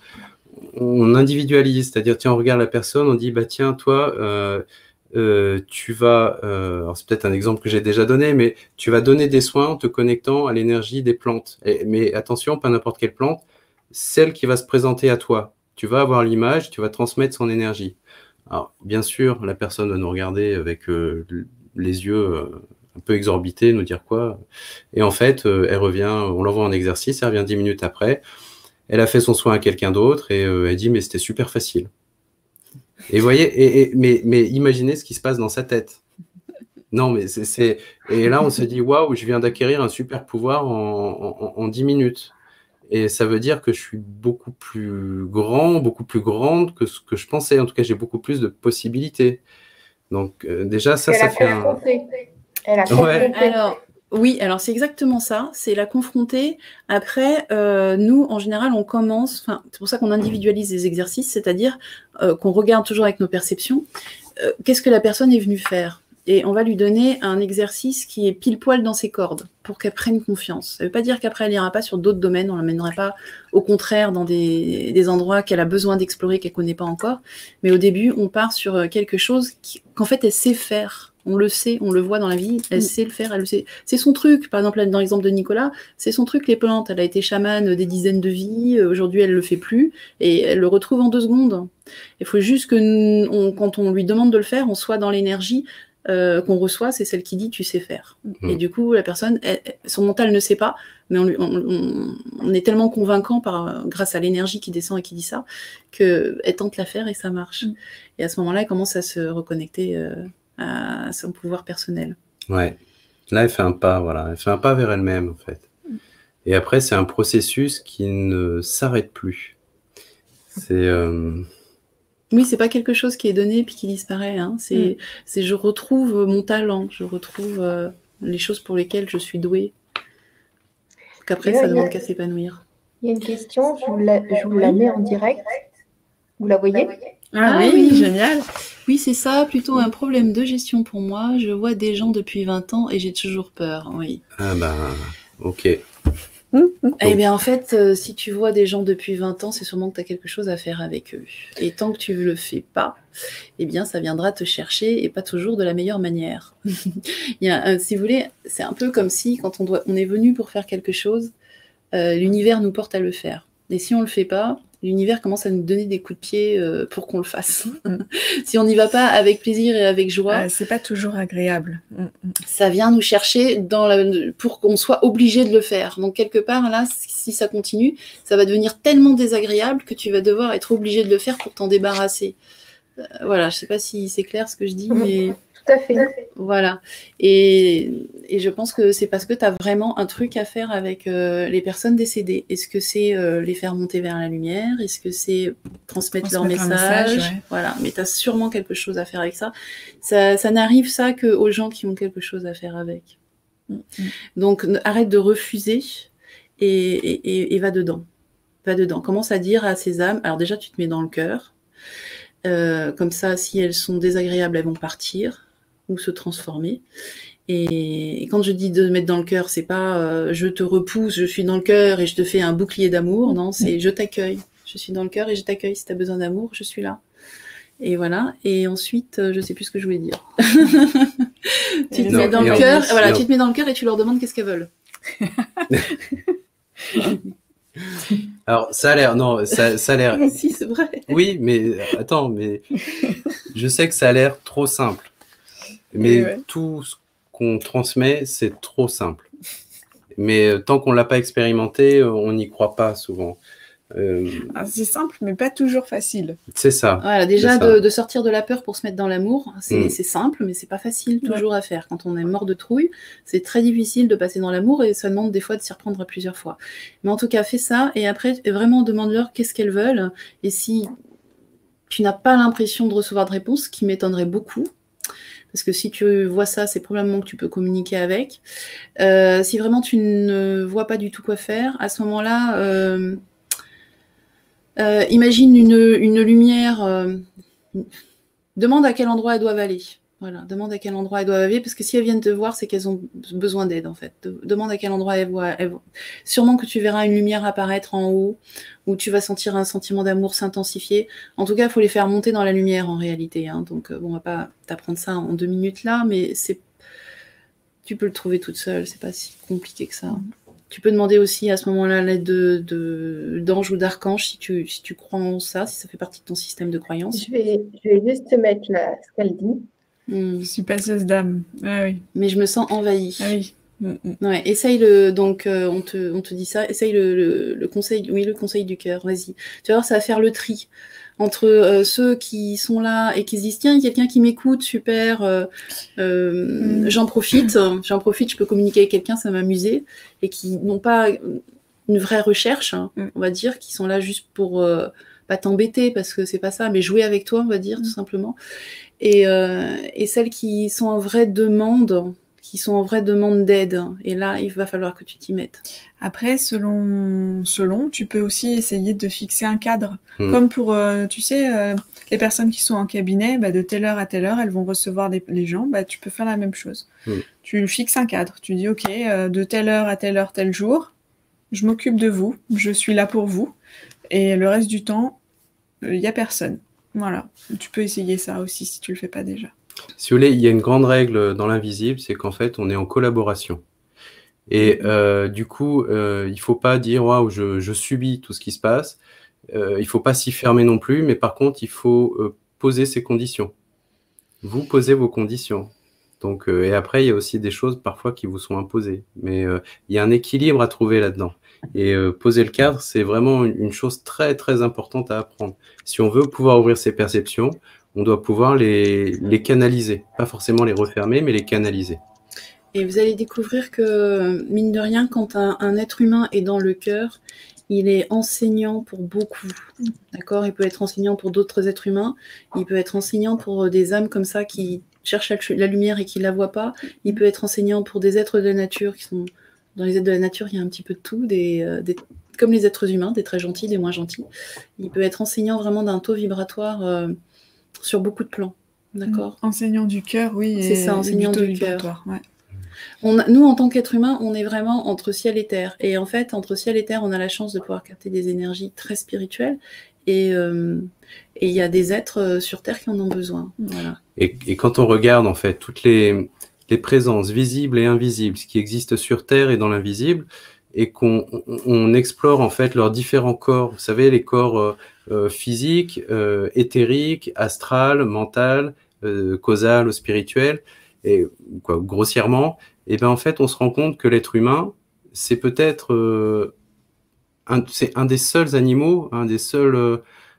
on individualise, c'est-à-dire, tiens, on regarde la personne, on dit, bah tiens, toi, euh, euh, tu vas, euh, alors c'est peut-être un exemple que j'ai déjà donné, mais tu vas donner des soins en te connectant à l'énergie des plantes. Et, mais attention, pas n'importe quelle plante, celle qui va se présenter à toi. Tu vas avoir l'image, tu vas transmettre son énergie. Alors, bien sûr, la personne va nous regarder avec euh, les yeux euh, un peu exorbités, nous dire quoi. Et en fait, euh, elle revient, on l'envoie en exercice, elle revient dix minutes après. Elle a fait son soin à quelqu'un d'autre et euh, elle dit, mais c'était super facile. Et vous voyez, et, et, mais, mais imaginez ce qui se passe dans sa tête. Non, mais c'est... c'est... Et là, on se dit, waouh, je viens d'acquérir un super pouvoir en, en, en dix minutes. Et ça veut dire que je suis beaucoup plus grand, beaucoup plus grande que ce que je pensais. En tout cas, j'ai beaucoup plus de possibilités. Donc, euh, déjà, ça, Elle ça a fait un... Elle a ouais. Alors, oui, alors c'est exactement ça. C'est la confronter. Après, euh, nous, en général, on commence... Enfin, c'est pour ça qu'on individualise les exercices, c'est-à-dire euh, qu'on regarde toujours avec nos perceptions. Euh, qu'est-ce que la personne est venue faire ? Et on va lui donner un exercice qui est pile poil dans ses cordes pour qu'elle prenne confiance. Ça ne veut pas dire qu'après, elle n'ira pas sur d'autres domaines, on ne l'amènera pas, au contraire, dans des, des endroits qu'elle a besoin d'explorer, qu'elle ne connaît pas encore. Mais au début, on part sur quelque chose qui, qu'en fait, elle sait faire. On le sait, on le voit dans la vie, elle sait le faire, elle le sait. C'est son truc. Par exemple, dans l'exemple de Nicolas, c'est son truc, les plantes. Elle a été chamane des dizaines de vies. Aujourd'hui, elle ne le fait plus. Et elle le retrouve en deux secondes. Il faut juste que, on, quand on lui demande de le faire, on soit dans l'énergie Euh, qu'on reçoit, c'est celle qui dit tu sais faire. Mmh. Et du coup, la personne, elle, son mental ne sait pas, mais on, on, on, on est tellement convaincant par, grâce à l'énergie qui descend et qui dit ça, qu'elle tente la faire et ça marche. Mmh. Et à ce moment-là, elle commence à se reconnecter euh, à son pouvoir personnel. Ouais. Là, elle fait un pas, voilà. Elle fait un pas vers elle-même, en fait. Mmh. Et après, c'est un processus qui ne s'arrête plus. C'est... Euh... Oui, c'est pas quelque chose qui est donné puis qui disparaît. Hein. C'est, mmh. c'est je retrouve mon talent, je retrouve euh, les choses pour lesquelles je suis douée. Qu'après, là, ça demande qu'à s'épanouir. Il y a une question, je vous la, je vous la mets en direct. Vous la voyez ? Ah, ah oui, oui, génial. Oui, c'est ça, plutôt un problème de gestion pour moi. Je vois des gens depuis vingt ans et j'ai toujours peur. Oui. Ah ben, ok. Eh bien, en fait, euh, si tu vois des gens depuis vingt ans, c'est sûrement que tu as quelque chose à faire avec eux. Et tant que tu ne le fais pas, eh bien, ça viendra te chercher et pas toujours de la meilleure manière. Il y a, euh, si vous voulez, c'est un peu comme si, quand on, doit, on est venu pour faire quelque chose, euh, l'univers nous porte à le faire. Et si on ne le fait pas, l'univers commence à nous donner des coups de pied euh, pour qu'on le fasse. Si on n'y va pas avec plaisir et avec joie, euh, c'est pas toujours agréable. Ça vient nous chercher dans la, pour qu'on soit obligé de le faire. Donc quelque part là, si ça continue, ça va devenir tellement désagréable que tu vas devoir être obligé de le faire pour t'en débarrasser. Euh, voilà, je sais pas si c'est clair ce que je dis, mais tout à fait. Voilà. Et, et je pense que c'est parce que tu as vraiment un truc à faire avec euh, les personnes décédées. Est-ce que c'est euh, les faire monter vers la lumière? Est-ce que c'est transmettre, transmettre leur message, message ouais. Voilà. Mais tu as sûrement quelque chose à faire avec ça. Ça, ça n'arrive ça qu'aux gens qui ont quelque chose à faire avec. Mm-hmm. Donc, arrête de refuser et, et, et, et va dedans. Va dedans. Commence à dire à ces âmes, alors déjà, tu te mets dans le cœur. Euh, comme ça, si elles sont désagréables, elles vont partir ou se transformer. Et, et quand je dis de mettre dans le cœur, c'est pas euh, je te repousse, je suis dans le cœur et je te fais un bouclier d'amour. Non, c'est je t'accueille. Je suis dans le cœur et je t'accueille. Si tu as besoin d'amour, je suis là. Et voilà. Et ensuite, euh, je sais plus ce que je voulais dire. tu te non, mets dans le cœur. Voilà, tu te mets dans le cœur et tu leur demandes qu'est-ce qu'elles veulent. Alors, ça a l'air, non, ça, ça a l'air. Si, c'est vrai. Oui, mais attends, mais je sais que ça a l'air trop simple. Mais ouais. Tout ce qu'on transmet, c'est trop simple. Mais tant qu'on ne l'a pas expérimenté, on n'y croit pas souvent. Euh, c'est simple, mais pas toujours facile. C'est ça. Voilà, déjà, de, de sortir de la peur pour se mettre dans l'amour, c'est Mm. simple, mais c'est pas facile toujours ouais. à faire. Quand on est mort de trouille, c'est très difficile de passer dans l'amour et ça demande des fois de s'y reprendre plusieurs fois. Mais en tout cas, fais ça et après, vraiment, demande-leur qu'est-ce qu'elles veulent. Et si tu n'as pas l'impression de recevoir de réponse, ce qui m'étonnerait beaucoup, parce que si tu vois ça, c'est probablement que tu peux communiquer avec. Euh, si vraiment tu ne vois pas du tout quoi faire, à ce moment-là... Euh, Euh, imagine une, une lumière, euh, demande à quel endroit elles doivent aller. Voilà, demande à quel endroit elles doivent aller, parce que si elles viennent te voir, c'est qu'elles ont besoin d'aide, en fait. De, demande à quel endroit elles voient. Elles voient. Sûrement que tu verras une lumière apparaître en haut, où tu vas sentir un sentiment d'amour s'intensifier. En tout cas, il faut les faire monter dans la lumière, en réalité. Hein. Donc, bon, on va pas t'apprendre ça en deux minutes là, mais c'est, tu peux le trouver toute seule, c'est pas si compliqué que ça. Mmh. Tu peux demander aussi à ce moment-là l'aide de, de, d'ange ou d'archange si tu, si tu crois en ça, si ça fait partie de ton système de croyance. Je vais, je vais juste te mettre là, ce qu'elle dit. Mm. Je suis passeuse d'âme. Ah, oui. Mais je me sens envahie. Ah oui. Mm, mm. Ouais, essaye le. Donc, euh, on, te, on te dit ça. Essaye le, le, le conseil. Oui, le conseil du cœur. Vas-y. Tu vas voir, ça va faire le tri entre euh, ceux qui sont là et qui se disent tiens, il y a quelqu'un qui m'écoute, super, euh, euh, mm. j'en profite, j'en profite, je peux communiquer avec quelqu'un, ça va m'amuser, et qui n'ont pas une vraie recherche, hein, mm. on va dire, qui sont là juste pour euh, pas t'embêter parce que c'est pas ça, mais jouer avec toi, on va dire, mm. tout simplement. Et, euh, et celles qui sont en vraie demande, qui sont en vraie demande d'aide. Et là, il va falloir que tu t'y mettes. Après, selon, selon, tu peux aussi essayer de fixer un cadre. Mmh. Comme pour, euh, tu sais, euh, les personnes qui sont en cabinet, bah, de telle heure à telle heure, elles vont recevoir les, les gens. Bah, tu peux faire la même chose. Mmh. Tu fixes un cadre. Tu dis, OK, euh, de telle heure à telle heure, tel jour, je m'occupe de vous. Je suis là pour vous. Et le reste du temps, il euh, n'y a personne. Voilà. Tu peux essayer ça aussi si tu ne le fais pas déjà. Si vous voulez, il y a une grande règle dans l'invisible, c'est qu'en fait, on est en collaboration. Et euh, du coup, euh, il ne faut pas dire « waouh, je, je subis tout ce qui se passe euh, ». Il ne faut pas s'y fermer non plus, mais par contre, il faut euh, poser ses conditions. Vous posez vos conditions. Donc, euh, et après, il y a aussi des choses parfois qui vous sont imposées. Mais euh, il y a un équilibre à trouver là-dedans. Et euh, poser le cadre, c'est vraiment une, une chose très, très importante à apprendre. Si on veut pouvoir ouvrir ses perceptions, on doit pouvoir les, les canaliser. Pas forcément les refermer, mais les canaliser. Et vous allez découvrir que, mine de rien, quand un, un être humain est dans le cœur, il est enseignant pour beaucoup. D'accord ? Il peut être enseignant pour d'autres êtres humains. Il peut être enseignant pour des âmes comme ça qui cherchent la lumière et qui ne la voient pas. Il peut être enseignant pour des êtres de la nature qui sont... Dans les êtres de la nature, il y a un petit peu de tout, des, des, comme les êtres humains, des très gentils, des moins gentils. Il peut être enseignant vraiment d'un taux vibratoire euh, sur beaucoup de plans. D'accord ? Enseignant du cœur, oui. C'est ça, enseignant du, du cœur. Ouais. On a, nous, en tant qu'être humain, on est vraiment entre ciel et terre. Et en fait, entre ciel et terre, on a la chance de pouvoir capter des énergies très spirituelles. Et il euh, y a des êtres euh, sur terre qui en ont besoin. Voilà. Et, et quand on regarde, en fait, toutes les... les présences visibles et invisibles, ce qui existe sur Terre et dans l'invisible, et qu'on on, on explore en fait leurs différents corps. Vous savez, les corps euh, euh, physiques, euh, éthériques, astral, mental, euh, causal ou spirituel, et quoi, grossièrement, et ben en fait, on se rend compte que l'être humain, c'est peut-être euh, un, c'est un des seuls animaux, un des seuls euh,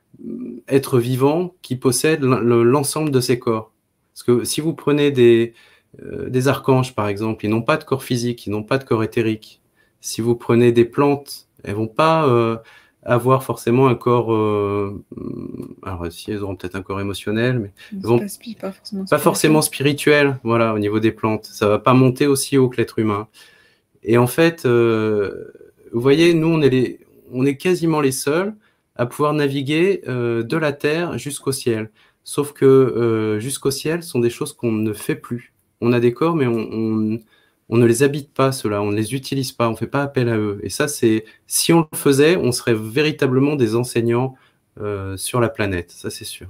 êtres vivants qui possèdent l'ensemble de ces corps. Parce que si vous prenez des Euh, des archanges, par exemple, ils n'ont pas de corps physique, ils n'ont pas de corps éthérique. Si vous prenez des plantes, elles vont pas euh, avoir forcément un corps... Euh, alors, si elles auront peut-être un corps émotionnel, mais elles vont pas, spi- pas, forcément, pas forcément spirituel, voilà, au niveau des plantes. Ça va pas monter aussi haut que l'être humain. Et en fait, euh, vous voyez, nous, on est, les, on est quasiment les seuls à pouvoir naviguer euh, de la terre jusqu'au ciel. Sauf que euh, jusqu'au ciel sont des choses qu'on ne fait plus. On a des corps, mais on, on, on ne les habite pas, ceux-là, on ne les utilise pas, on ne fait pas appel à eux. Et ça, c'est, si on le faisait, on serait véritablement des enseignants euh, sur la planète, ça c'est sûr.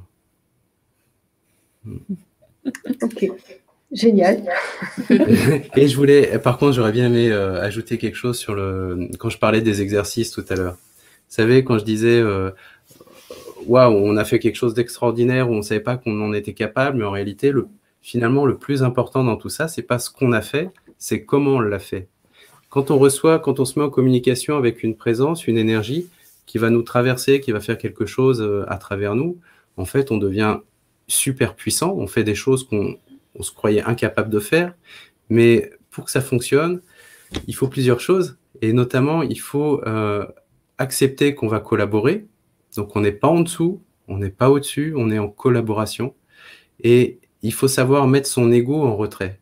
Ok, génial. Et je voulais, par contre, j'aurais bien aimé euh, ajouter quelque chose sur le, quand je parlais des exercices tout à l'heure. Vous savez, quand je disais, euh, waouh, on a fait quelque chose d'extraordinaire, où on ne savait pas qu'on en était capable, mais en réalité, le finalement, le plus important dans tout ça, c'est pas ce qu'on a fait, c'est comment on l'a fait. Quand on reçoit, quand on se met en communication avec une présence, une énergie, qui va nous traverser, qui va faire quelque chose à travers nous, en fait, on devient super puissant, on fait des choses qu'on on se croyait incapable de faire, mais pour que ça fonctionne, il faut plusieurs choses, et notamment, il faut euh, accepter qu'on va collaborer, donc on n'est pas en dessous, on n'est pas au-dessus, on est en collaboration, et il faut savoir mettre son ego en retrait.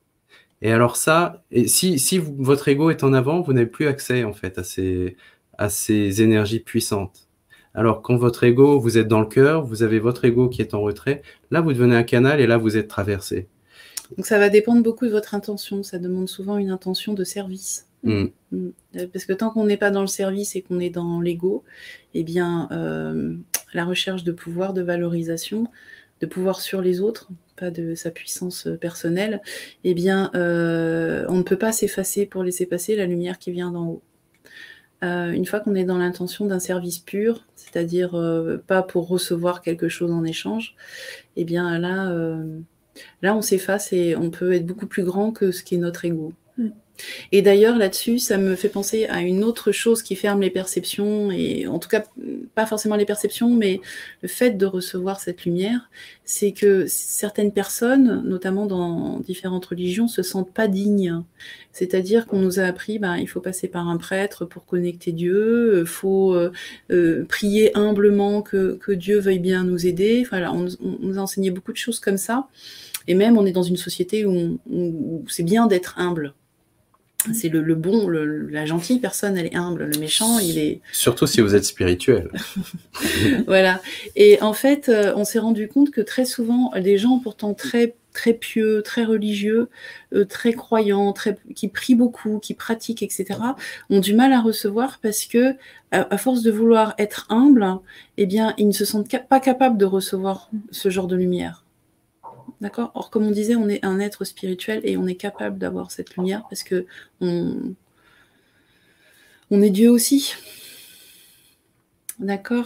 Et alors ça, et si, si vous, votre ego est en avant, vous n'avez plus accès en fait à ces, à ces énergies puissantes. Alors quand votre ego, vous êtes dans le cœur, vous avez votre ego qui est en retrait, là vous devenez un canal et là vous êtes traversé. Donc ça va dépendre beaucoup de votre intention, ça demande souvent une intention de service. Mmh. Mmh. Parce que tant qu'on n'est pas dans le service et qu'on est dans l'ego, eh bien euh, la recherche de pouvoir, de valorisation, de pouvoir sur les autres, pas de sa puissance personnelle, eh bien euh, on ne peut pas s'effacer pour laisser passer la lumière qui vient d'en haut. Euh, une fois qu'on est dans l'intention d'un service pur, c'est-à-dire euh, pas pour recevoir quelque chose en échange, eh bien là, euh, là on s'efface et on peut être beaucoup plus grand que ce qui est notre ego. Mm. Et d'ailleurs là-dessus, ça me fait penser à une autre chose qui ferme les perceptions, et en tout cas pas forcément les perceptions, mais le fait de recevoir cette lumière, c'est que certaines personnes, notamment dans différentes religions, se sentent pas dignes. C'est-à-dire qu'on nous a appris, ben, il faut passer par un prêtre pour connecter Dieu, il faut euh, euh, prier humblement que, que Dieu veuille bien nous aider. Enfin, là, on, on nous a enseigné beaucoup de choses comme ça, et même on est dans une société où, on, où c'est bien d'être humble. C'est le, le bon, le, la gentille personne, elle est humble. Le méchant, il est... Surtout si vous êtes spirituel. Voilà. Et en fait, euh, on s'est rendu compte que très souvent, des gens pourtant très, très pieux, très religieux, euh, très croyants, très, qui prient beaucoup, qui pratiquent, et cetera, ont du mal à recevoir parce que, à, à force de vouloir être humble, eh bien, ils ne se sentent cap- pas capables de recevoir ce genre de lumière. D'accord ? Or, comme on disait, on est un être spirituel et on est capable d'avoir cette lumière parce que on, on est Dieu aussi. D'accord ?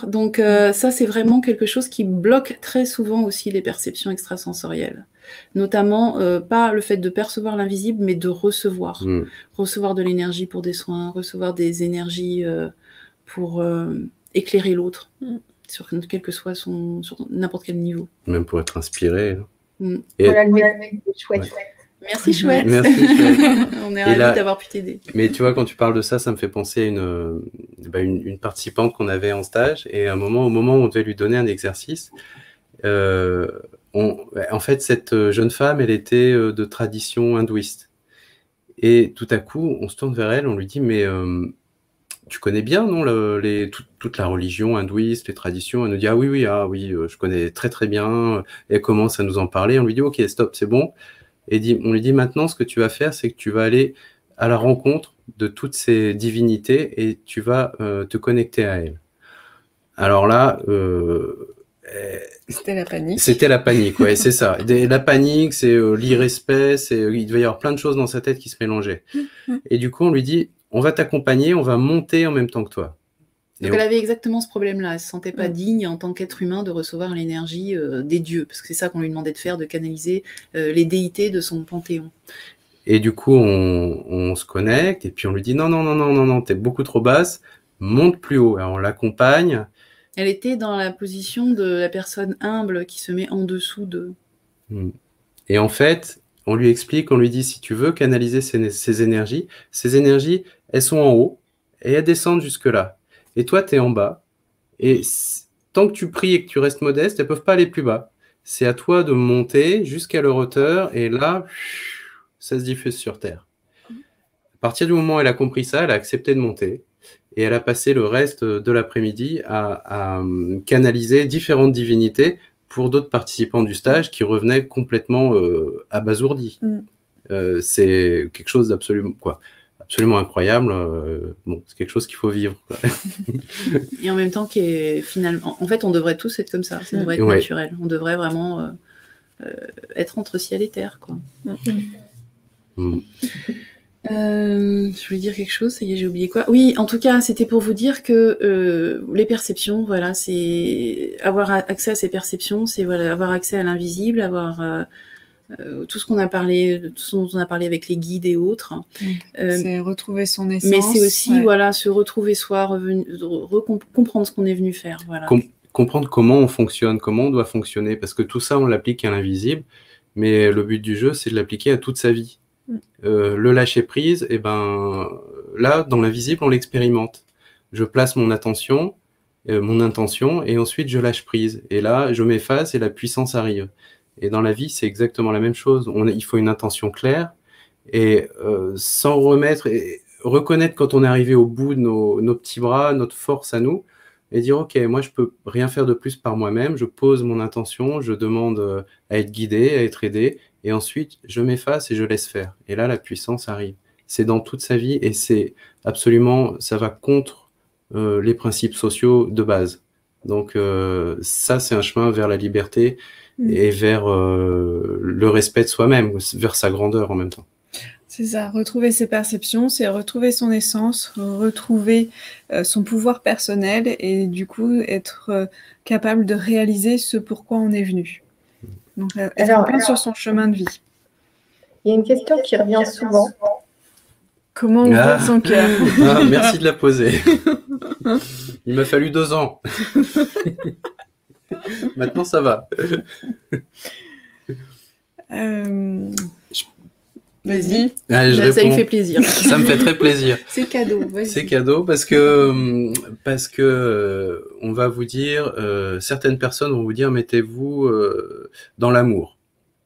Donc, euh, ça, c'est vraiment quelque chose qui bloque très souvent aussi les perceptions extrasensorielles. Notamment, euh, pas le fait de percevoir l'invisible, mais de recevoir. Mmh. Recevoir de l'énergie pour des soins, recevoir des énergies euh, pour euh, éclairer l'autre, mmh. sur quel que soit son, sur n'importe quel niveau. Même pour être inspiré. Hein. Mmh. Et voilà, le mec, chouette. Ouais. Merci chouette. Merci chouette. On est ravis d'avoir pu t'aider. Mais tu vois, quand tu parles de ça, ça me fait penser à une, bah une, une participante qu'on avait en stage. Et à un moment, au moment où on devait lui donner un exercice, euh, on, en fait, cette jeune femme, elle était de tradition hindouiste. Et tout à coup, on se tourne vers elle, on lui dit, mais euh, tu connais bien, non, le, les, tout, toute la religion hindouiste, les traditions? Elle nous dit, ah oui, oui, ah oui, je connais très très bien. Et elle commence à nous en parler. On lui dit, ok, stop, c'est bon. Et dit, on lui dit, maintenant, ce que tu vas faire, c'est que tu vas aller à la rencontre de toutes ces divinités et tu vas euh, te connecter à elles. Alors là, euh, c'était la panique. C'était la panique, ouais, c'est ça. La panique, c'est euh, l'irrespect, c'est, il devait y avoir plein de choses dans sa tête qui se mélangeaient. Et du coup, on lui dit, on va t'accompagner, on va monter en même temps que toi. Donc elle avait exactement ce problème-là, elle ne se sentait pas digne en tant qu'être humain de recevoir l'énergie euh, des dieux, parce que c'est ça qu'on lui demandait de faire, de canaliser euh, les déités de son panthéon. Et du coup, on, on se connecte, et puis on lui dit, non, non, non, non, non, non, t'es beaucoup trop basse, monte plus haut. Alors on l'accompagne. Elle était dans la position de la personne humble qui se met en dessous de... Et en fait, on lui explique, on lui dit, si tu veux canaliser ces, ces énergies, ces énergies, elles sont en haut, et elles descendent jusque-là. Et toi, tu es en bas. Et tant que tu pries et que tu restes modeste, elles ne peuvent pas aller plus bas. C'est à toi de monter jusqu'à leur hauteur. Et là, ça se diffuse sur Terre. À partir du moment où elle a compris ça, elle a accepté de monter. Et elle a passé le reste de l'après-midi à, à canaliser différentes divinités pour d'autres participants du stage qui revenaient complètement euh, abasourdis. Mm. Euh, c'est quelque chose d'absolument... quoi. absolument incroyable. Euh, bon, c'est quelque chose qu'il faut vivre. Quoi. Et en même temps, qui est finalement, en fait, on devrait tous être comme ça. Ça devrait être ouais. naturel. On devrait vraiment euh, euh, être entre ciel et terre, quoi. Mm. Euh, je voulais dire quelque chose. Ça y est, j'ai oublié quoi. Oui, en tout cas, c'était pour vous dire que euh, les perceptions, voilà, c'est avoir accès à ces perceptions, c'est voilà, avoir accès à l'invisible, avoir euh, euh, tout ce qu'on a parlé, tout ce dont on a parlé avec les guides et autres. Euh, c'est retrouver son essence. Mais c'est aussi ouais. voilà, se retrouver soi, revenir, comprendre ce qu'on est venu faire. Voilà. Com comprendre comment on fonctionne, comment on doit fonctionner, parce que tout ça, on l'applique à l'invisible, mais le but du jeu, c'est de l'appliquer à toute sa vie. Mm. Euh, le lâcher prise, et eh ben là, dans l'invisible, on l'expérimente. Je place mon attention, euh, mon intention, et ensuite je lâche prise. Et là, je m'efface et la puissance arrive. Et dans la vie, c'est exactement la même chose. On, il faut une intention claire, et euh, sans remettre, et reconnaître quand on est arrivé au bout de nos, nos petits bras, notre force à nous, et dire, ok, moi je peux rien faire de plus par moi-même, je pose mon intention, je demande à être guidé, à être aidé, et ensuite je m'efface et je laisse faire. Et là, la puissance arrive. C'est dans toute sa vie, et c'est absolument, ça va contre euh, les principes sociaux de base. Donc euh, ça, c'est un chemin vers la liberté mmh. et vers euh, le respect de soi-même, vers sa grandeur en même temps. C'est ça, retrouver ses perceptions, c'est retrouver son essence, retrouver euh, son pouvoir personnel et du coup être euh, capable de réaliser ce pourquoi on est venu. Donc euh, être alors, bien sur son chemin de vie. Il y a une question qui revient souvent. Comment ouvrir ah. son cœur? Ah, merci de la poser. Il m'a fallu deux ans. Maintenant, ça va. euh... Vas-y. Ah, Là, ça lui fait plaisir. Ça me fait très plaisir. C'est cadeau. C'est cadeau parce que parce que on va vous dire, euh, certaines personnes vont vous dire, mettez-vous euh, dans l'amour.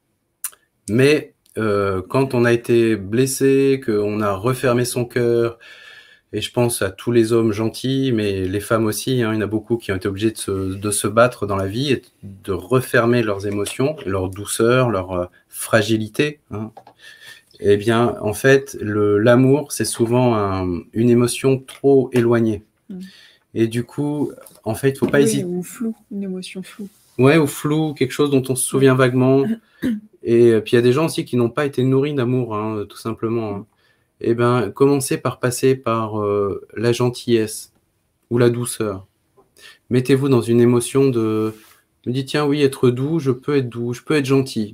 Mais euh, quand on a été blessé, qu'on a refermé son cœur, et je pense à tous les hommes gentils, mais les femmes aussi, hein, il y en a beaucoup qui ont été obligés de se, de se battre dans la vie et de refermer leurs émotions, leur douceur, leur euh, fragilité. Hein. Eh bien, en fait, le, l'amour, c'est souvent un, une émotion trop éloignée. Mmh. Et du coup, en fait, il ne faut pas oui, hésiter. Ou flou, une émotion floue. Ouais, ou flou, quelque chose dont on se souvient vaguement. Et puis, il y a des gens aussi qui n'ont pas été nourris d'amour, hein, tout simplement. Hein. Eh bien, commencez par passer par euh, la gentillesse ou la douceur. Mettez-vous dans une émotion de... Me dites, tiens, oui, être doux, je peux être doux, je peux être gentil.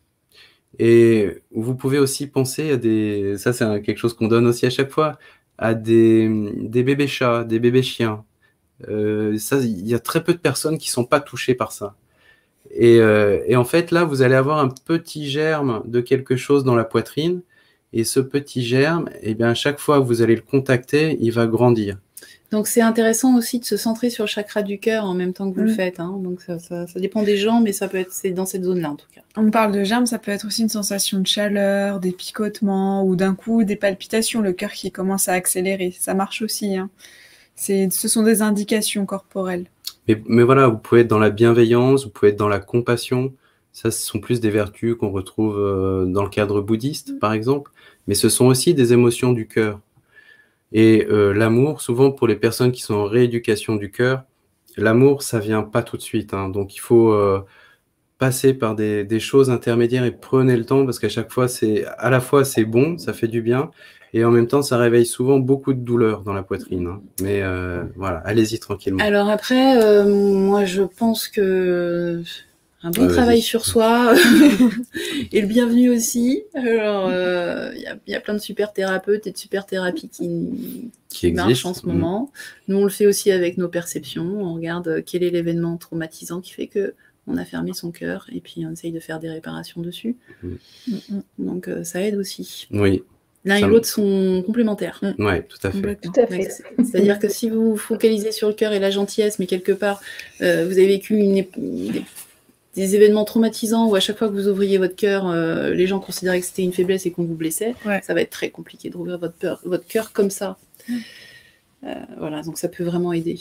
Et vous pouvez aussi penser à des... Ça, c'est un, quelque chose qu'on donne aussi à chaque fois, à des, des bébés chats, des bébés chiens. Euh, ça, il y a très peu de personnes qui ne sont pas touchées par ça. Et, euh, et en fait, là, vous allez avoir un petit germe de quelque chose dans la poitrine. Et ce petit germe, eh bien, à chaque fois que vous allez le contacter, il va grandir. Donc, c'est intéressant aussi de se centrer sur le chakra du cœur en même temps que vous mmh. le faites. Hein. Donc, ça, ça, ça dépend des gens, mais ça peut être c'est dans cette zone-là, en tout cas. On parle de germe, ça peut être aussi une sensation de chaleur, des picotements ou d'un coup des palpitations, le cœur qui commence à accélérer. Ça marche aussi. Hein. C'est, ce sont des indications corporelles. Mais, mais voilà, vous pouvez être dans la bienveillance, vous pouvez être dans la compassion. Ça, ce sont plus des vertus qu'on retrouve euh, dans le cadre bouddhiste, mmh. par exemple. Mais ce sont aussi des émotions du cœur. Et euh, l'amour, souvent pour les personnes qui sont en rééducation du cœur, l'amour, ça vient pas tout de suite. Hein. Donc, il faut euh, passer par des, des choses intermédiaires et prenez le temps parce qu'à chaque fois, c'est à la fois c'est bon, ça fait du bien, et en même temps, ça réveille souvent beaucoup de douleur dans la poitrine. Hein. Mais euh, voilà, allez-y tranquillement. Alors après, euh, moi, je pense que un bon ah, travail sur soi et le bienvenu aussi. Alors, il euh, y, y a plein de super thérapeutes et de super thérapies qui, qui, qui marchent en ce moment. Mmh. Nous, on le fait aussi avec nos perceptions. On regarde quel est l'événement traumatisant qui fait que on a fermé son cœur et puis on essaye de faire des réparations dessus. Mmh. Donc, euh, ça aide aussi. Oui. L'un et l'autre sont complémentaires. Oui, tout à fait. Tout à fait. C'est-à-dire que si vous vous focalisez sur le cœur et la gentillesse, mais quelque part, euh, vous avez vécu une, une des événements traumatisants où à chaque fois que vous ouvriez votre cœur, euh, les gens considéraient que c'était une faiblesse et qu'on vous blessait, ouais. ça va être très compliqué de rouvrir votre, peur, votre cœur comme ça. Euh, voilà, donc ça peut vraiment aider.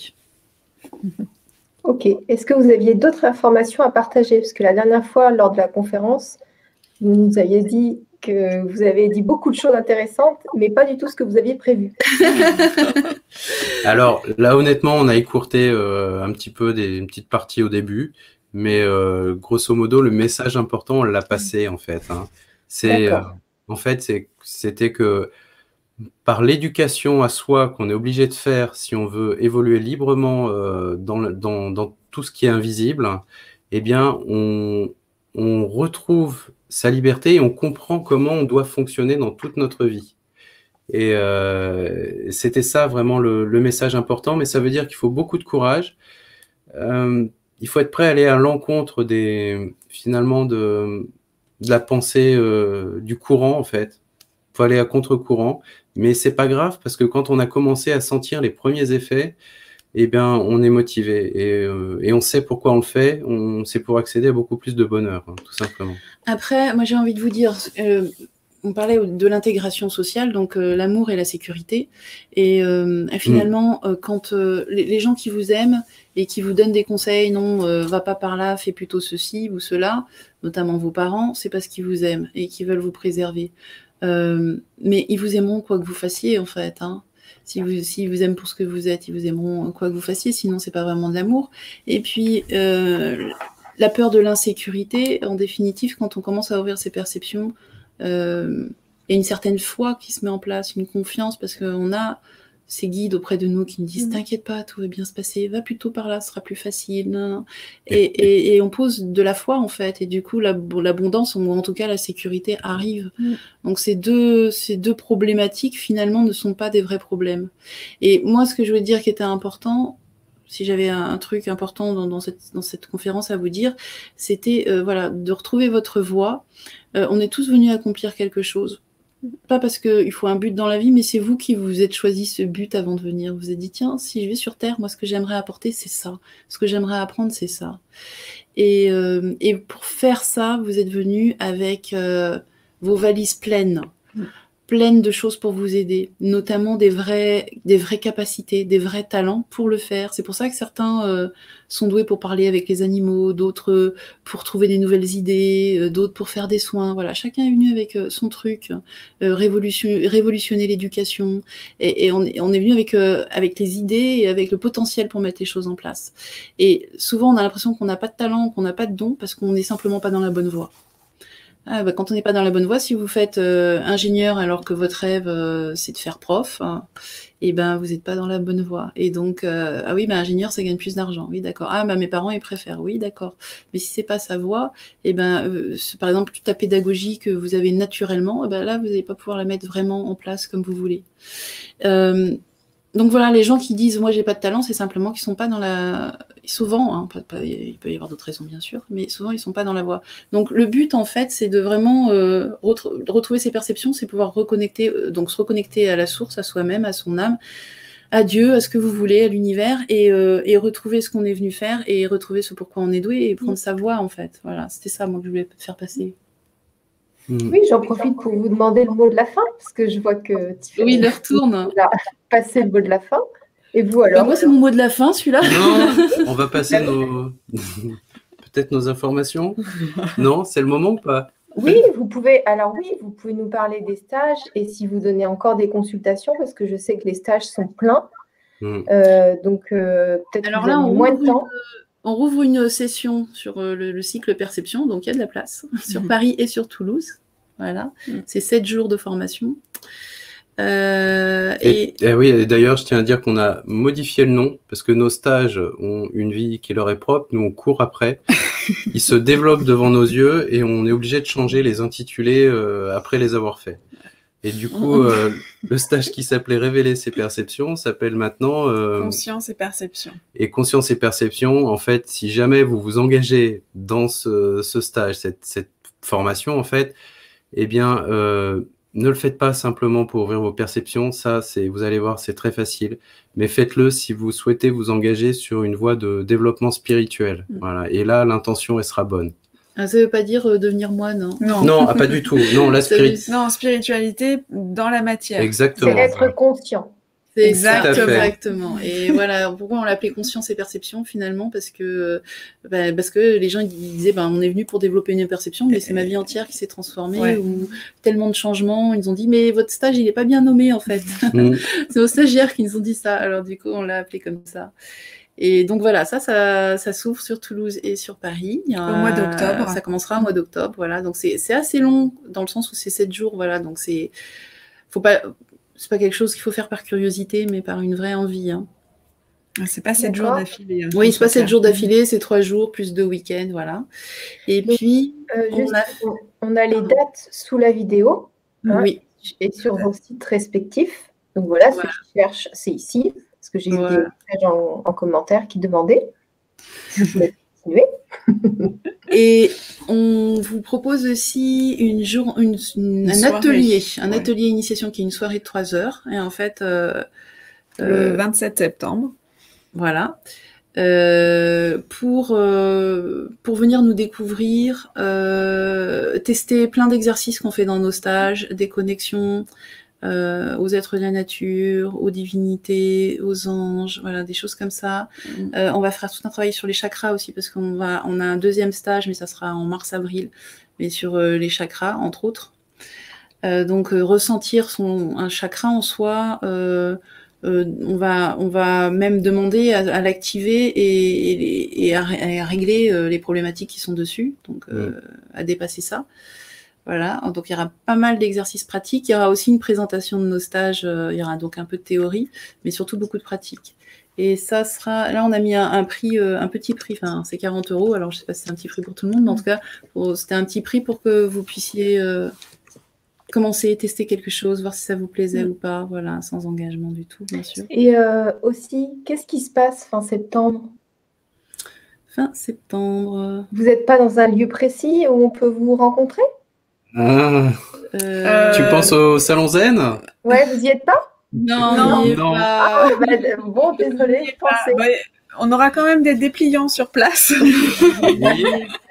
Ok. Est-ce que vous aviez d'autres informations à partager? Parce que la dernière fois, lors de la conférence, vous nous aviez dit que vous avez dit beaucoup de choses intéressantes, mais pas du tout ce que vous aviez prévu. Alors là, honnêtement, on a écourté euh, un petit peu des, une petite partie au début. Mais euh, grosso modo, le message important, on l'a passé en fait. Hein. C'est, euh, en fait, c'est, c'était que par l'éducation à soi qu'on est obligé de faire si on veut évoluer librement euh, dans, dans, dans tout ce qui est invisible, eh bien, on, on retrouve sa liberté et on comprend comment on doit fonctionner dans toute notre vie. Et euh, c'était ça vraiment le, le message important, mais ça veut dire qu'il faut beaucoup de courage. Euh, il faut être prêt à aller à l'encontre des, finalement, de, de la pensée euh, du courant, en fait. Il faut aller à contre-courant, mais c'est pas grave parce que quand on a commencé à sentir les premiers effets, eh bien, on est motivé et, euh, et on sait pourquoi on le fait. On, c'est pour accéder à beaucoup plus de bonheur, hein, tout simplement. Après, moi, j'ai envie de vous dire, euh, on parlait de l'intégration sociale, donc euh, l'amour et la sécurité. Et, euh, et finalement, mmh. euh, quand euh, les, les gens qui vous aiment et qui vous donnent des conseils, non, euh, va pas par là, fais plutôt ceci ou cela, notamment vos parents, c'est parce qu'ils vous aiment et qu'ils veulent vous préserver. Euh, mais ils vous aimeront quoi que vous fassiez, en fait, hein. Si vous, si vous aiment pour ce que vous êtes, ils vous aimeront quoi que vous fassiez, sinon c'est pas vraiment de l'amour. Et puis, euh, la peur de l'insécurité, en définitive, quand on commence à ouvrir ses perceptions, euh, il y a une certaine foi qui se met en place, une confiance, parce qu'on a ces guides auprès de nous qui nous disent mmh. « T'inquiète pas, tout va bien se passer, va plutôt par là, ce sera plus facile. » et, et, et on pose de la foi, en fait, et du coup, l'abondance, ou en tout cas la sécurité, arrive. Mmh. Donc ces deux, ces deux problématiques, finalement, ne sont pas des vrais problèmes. Et moi, ce que je voulais dire qui était important, si j'avais un, un truc important dans, dans, cette, dans cette conférence à vous dire, c'était euh, voilà, de retrouver votre voie. Euh, on est tous venus accomplir quelque chose. Pas parce qu'il faut un but dans la vie, mais c'est vous qui vous êtes choisi ce but avant de venir. Vous vous êtes dit, tiens, si je vais sur Terre, moi, ce que j'aimerais apporter, c'est ça. Ce que j'aimerais apprendre, c'est ça. Et, euh, et pour faire ça, vous êtes venus avec euh, vos valises pleines. pleine de choses pour vous aider, notamment des, vrais, des vraies capacités, des vrais talents pour le faire. C'est pour ça que certains euh, sont doués pour parler avec les animaux, d'autres euh, pour trouver des nouvelles idées, euh, d'autres pour faire des soins. Voilà, chacun est venu avec euh, son truc, euh, révolution, révolutionner l'éducation, et, et on, on est venu avec, euh, avec les idées et avec le potentiel pour mettre les choses en place. Et souvent, on a l'impression qu'on n'a pas de talent, qu'on n'a pas de don, parce qu'on n'est simplement pas dans la bonne voie. Ah, bah, quand on n'est pas dans la bonne voie, si vous faites euh, ingénieur alors que votre rêve euh, c'est de faire prof, hein, et ben vous n'êtes pas dans la bonne voie. Et donc euh, ah oui, bah, ingénieur ça gagne plus d'argent, oui d'accord. Ah bah mes parents ils préfèrent, oui d'accord. Mais si c'est pas sa voie, et ben euh, par exemple toute la pédagogie que vous avez naturellement, et ben là vous n'allez pas pouvoir la mettre vraiment en place comme vous voulez. Euh, Donc voilà, les gens qui disent moi j'ai pas de talent, c'est simplement qu'ils sont pas dans la. Souvent, hein, pas, pas, il peut y avoir d'autres raisons bien sûr, mais souvent ils sont pas dans la voie. Donc le but en fait, c'est de vraiment euh, re- retrouver ses perceptions, c'est pouvoir reconnecter, euh, donc se reconnecter à la source, à soi-même, à son âme, à Dieu, à ce que vous voulez, à l'univers, et, euh, et retrouver ce qu'on est venu faire et retrouver ce pourquoi on est doué et prendre sa voie en fait. Voilà, c'était ça moi que je voulais faire passer. Oui, j'en profite pour vous demander le mot de la fin, parce que je vois que Tiffany, oui, il leur tourne. a passé le mot de la fin. Et vous alors? Bah moi, c'est mon mot de la fin, celui-là. Non, on va passer nos... peut-être nos informations. Non, c'est le moment ou pas? Oui, vous pouvez. Alors oui, vous pouvez nous parler des stages et si vous donnez encore des consultations, parce que je sais que les stages sont pleins. Mm. Euh, donc euh, peut-être que vous là, avez moins de temps. Une... On rouvre une session sur le, le cycle perception, donc il y a de la place, sur Paris et sur Toulouse. Voilà, mmh. C'est sept jours de formation. Euh, et, et... et oui, d'ailleurs, je tiens à dire qu'on a modifié le nom, parce que nos stages ont une vie qui leur est propre, nous on court après. Ils se développent devant nos yeux et on est obligé de changer les intitulés euh, après les avoir faits. Et du coup, euh, le stage qui s'appelait Révéler ses perceptions s'appelle maintenant euh, Conscience et perception. Et Conscience et perception, en fait, si jamais vous vous engagez dans ce, ce stage, cette, cette formation, en fait, eh bien, euh, ne le faites pas simplement pour ouvrir vos perceptions. Ça, c'est, vous allez voir, c'est très facile. Mais faites-le si vous souhaitez vous engager sur une voie de développement spirituel. Mmh. Voilà. Et là, l'intention, elle sera bonne. Ah, ça ne veut pas dire euh, devenir moine, hein. Non, non ah, pas du tout. Non, la spiri... non, spiritualité dans la matière. Exactement. C'est être conscient. C'est exactement. exactement. Et voilà, pourquoi on l'appelait conscience et perception finalement, parce que bah, parce que les gens ils disaient ben on est venu pour développer une perception, mais c'est ma vie entière qui s'est transformée, ouais. Ou tellement de changements. Ils ont dit mais votre stage il est pas bien nommé en fait. Mm. C'est nos stagiaires qui nous ont dit ça. Alors du coup on l'a appelé comme ça. Et donc voilà, ça, ça, ça s'ouvre sur Toulouse et sur Paris. Il y a, au mois d'octobre. Ça commencera au mois d'octobre, voilà. Donc c'est, c'est assez long dans le sens où c'est sept jours, voilà. Donc c'est, faut pas, c'est pas quelque chose qu'il faut faire par curiosité, mais par une vraie envie. Hein. C'est pas sept jours d'affilée. Hein, oui, c'est pas sept jours d'affilée, c'est trois jours plus deux week-ends, voilà. Et donc, puis, euh, on, juste, a... on a les dates sous la vidéo. Hein, oui. Et sur vos sites respectifs. Donc voilà, voilà. Ceux qui cherchent, c'est ici. Parce que j'ai voilà. eu des messages en, en commentaire qui demandaient. Je vais continuer. Et on vous propose aussi une jour, une, une, un atelier, un ouais. atelier initiation qui est une soirée de trois heures. Et en fait, euh, le vingt-sept septembre. Voilà. Euh, pour, euh, pour venir nous découvrir, euh, tester plein d'exercices qu'on fait dans nos stages, des connexions euh, aux êtres de la nature, aux divinités, aux anges, voilà, des choses comme ça. Mmh. Euh, on va faire tout un travail sur les chakras aussi, parce qu'on va, on a un deuxième stage, mais ça sera en mars-avril, mais sur euh, les chakras, entre autres. Euh, donc, euh, ressentir son, un chakra en soi, euh, Euh, on va, on va même demander à, à l'activer et, et, et à, à régler euh, les problématiques qui sont dessus, donc euh, mmh. à dépasser ça. Voilà. Donc il y aura pas mal d'exercices pratiques. Il y aura aussi une présentation de nos stages. Euh, il y aura donc un peu de théorie, mais surtout beaucoup de pratique. Et ça sera. Là, on a mis un, un prix, euh, un petit prix. Enfin, c'est quarante euros. Alors je sais pas si c'est un petit prix pour tout le monde, mais en tout cas, pour, c'était un petit prix pour que vous puissiez euh, commencer, tester quelque chose, voir si ça vous plaisait mmh. ou pas, voilà, sans engagement du tout, bien sûr. Et euh, aussi, qu'est-ce qui se passe fin septembre ? Fin septembre. Vous n'êtes pas dans un lieu précis où on peut vous rencontrer ? ah. euh... Tu penses au Salon Zen ? Ouais, vous n'y êtes pas ? Non, non. non. non. Ah, bah, bon, désolé, je pensais. Bah, on aura quand même des dépliants sur place. Oui.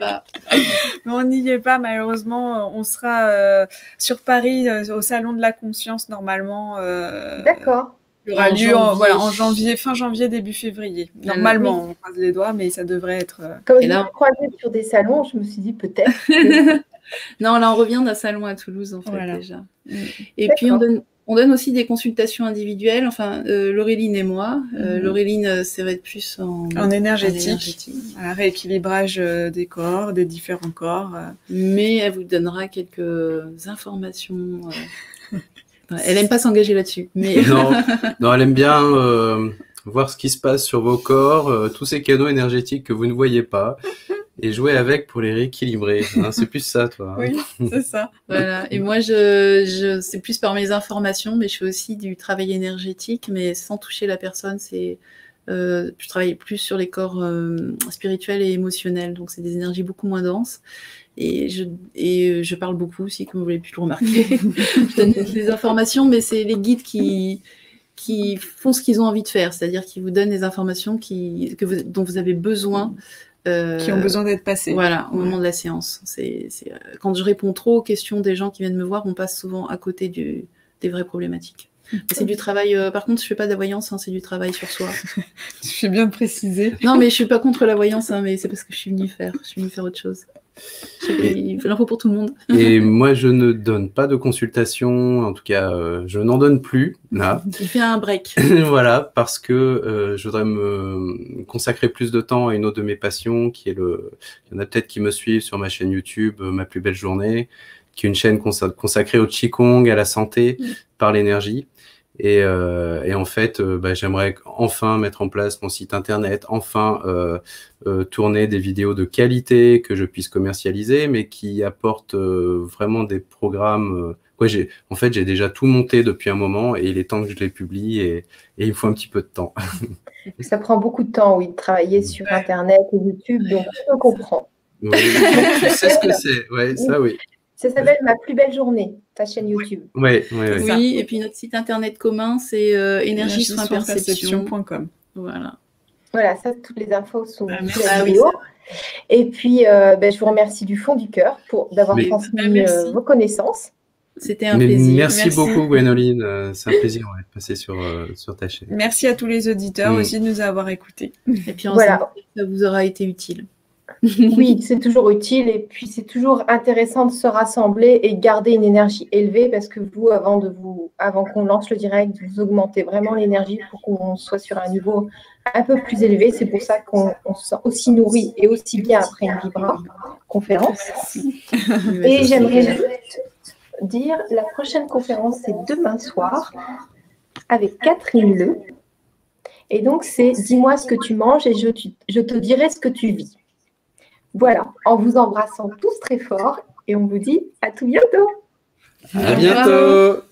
Mais on n'y est pas, malheureusement. On sera euh, sur Paris, euh, au Salon de la Conscience, normalement. Euh, D'accord. Il aura lieu en, voilà, en janvier, fin janvier, début février. Normalement, oui. On croise les doigts, mais ça devrait être... Euh... Comme je l'ai croisé sur des salons, je me suis dit peut-être. Que... non, là, on revient d'un salon à Toulouse, en fait, voilà. déjà. Et D'accord. puis, on donne... On donne aussi des consultations individuelles, enfin, euh, Laureline et moi. Euh, mmh. Laureline, ça va être plus en, en énergétique, en énergétique. Un rééquilibrage des corps, des différents corps. Mais elle vous donnera quelques informations. Euh... Enfin, elle n'aime pas s'engager là-dessus. Mais... non, non, elle aime bien euh, voir ce qui se passe sur vos corps, euh, tous ces canaux énergétiques que vous ne voyez pas. Et jouer avec pour les rééquilibrer. Hein, c'est plus ça, toi. Hein. Oui, c'est ça. Voilà. Et moi, je, je, c'est plus par mes informations, mais je fais aussi du travail énergétique, mais sans toucher la personne. C'est, euh, je travaille plus sur les corps euh, spirituels et émotionnels. Donc, c'est des énergies beaucoup moins denses. Et je, et je parle beaucoup aussi, comme vous l'avez pu le remarquer. Je donne des informations, mais c'est les guides qui... qui font ce qu'ils ont envie de faire, c'est-à-dire qu'ils vous donnent des informations qui, que vous, dont vous avez besoin. Euh, qui ont besoin d'être passées. Voilà, au ouais. moment de la séance. C'est, c'est, euh, quand je réponds trop aux questions des gens qui viennent me voir, on passe souvent à côté du, des vraies problématiques. C'est du travail, euh, par contre, je fais pas de la voyance, hein, c'est du travail sur soi. Tu fais bien de préciser. Non, mais je suis pas contre la voyance, hein, mais c'est parce que je suis venue faire, je suis venue faire autre chose. Il faut l'info pour tout le monde. Et moi, je ne donne pas de consultation, en tout cas, euh, je n'en donne plus, là. Il fait un break. Voilà, parce que euh, je voudrais me consacrer plus de temps à une autre de mes passions, qui est le... Il y en a peut-être qui me suivent sur ma chaîne YouTube, euh, Ma plus belle journée, qui est une chaîne cons- consacrée au Qigong, à la santé, mmh. par l'énergie. Et, euh, et en fait, euh, bah, j'aimerais enfin mettre en place mon site internet, enfin euh, euh, tourner des vidéos de qualité que je puisse commercialiser, mais qui apportent euh, vraiment des programmes. Euh, quoi, j'ai, en fait, j'ai déjà tout monté depuis un moment et il est temps que je les publie et, et il me faut un petit peu de temps. Ça prend beaucoup de temps, oui, de travailler sur internet et YouTube, donc je comprends. Oui, tu sais ce que c'est, ouais, ça oui. Ça s'appelle Ma plus belle journée, ta chaîne YouTube. Oui, oui, oui. Oui, et puis notre site internet commun, c'est euh, énergie soins perception point com. Voilà. Voilà, ça, toutes les infos sont ah, sous la vidéo. Et puis, euh, ben, je vous remercie du fond du cœur pour d'avoir Mais... transmis euh, vos connaissances. C'était un Mais plaisir. Merci, merci beaucoup, Gwénoline. C'est un plaisir ouais, de passer sur, euh, sur ta chaîne. Merci à tous les auditeurs mmh. aussi de nous avoir écoutés. Et puis, on voilà. Ça vous aura été utile. Oui, c'est toujours utile et puis c'est toujours intéressant de se rassembler et garder une énergie élevée parce que vous, avant, de vous, avant qu'on lance le direct, vous augmentez vraiment l'énergie pour qu'on soit sur un niveau un peu plus élevé. C'est pour ça qu'on on se sent aussi nourri et aussi bien après une Vibra conférence. Et j'aimerais juste dire, la prochaine conférence, c'est demain soir avec Catherine Leu. Et donc, c'est « dis-moi ce que tu manges et je, tu, je te dirai ce que tu vis ». Voilà, en vous embrassant tous très fort et on vous dit à tout bientôt. À bientôt.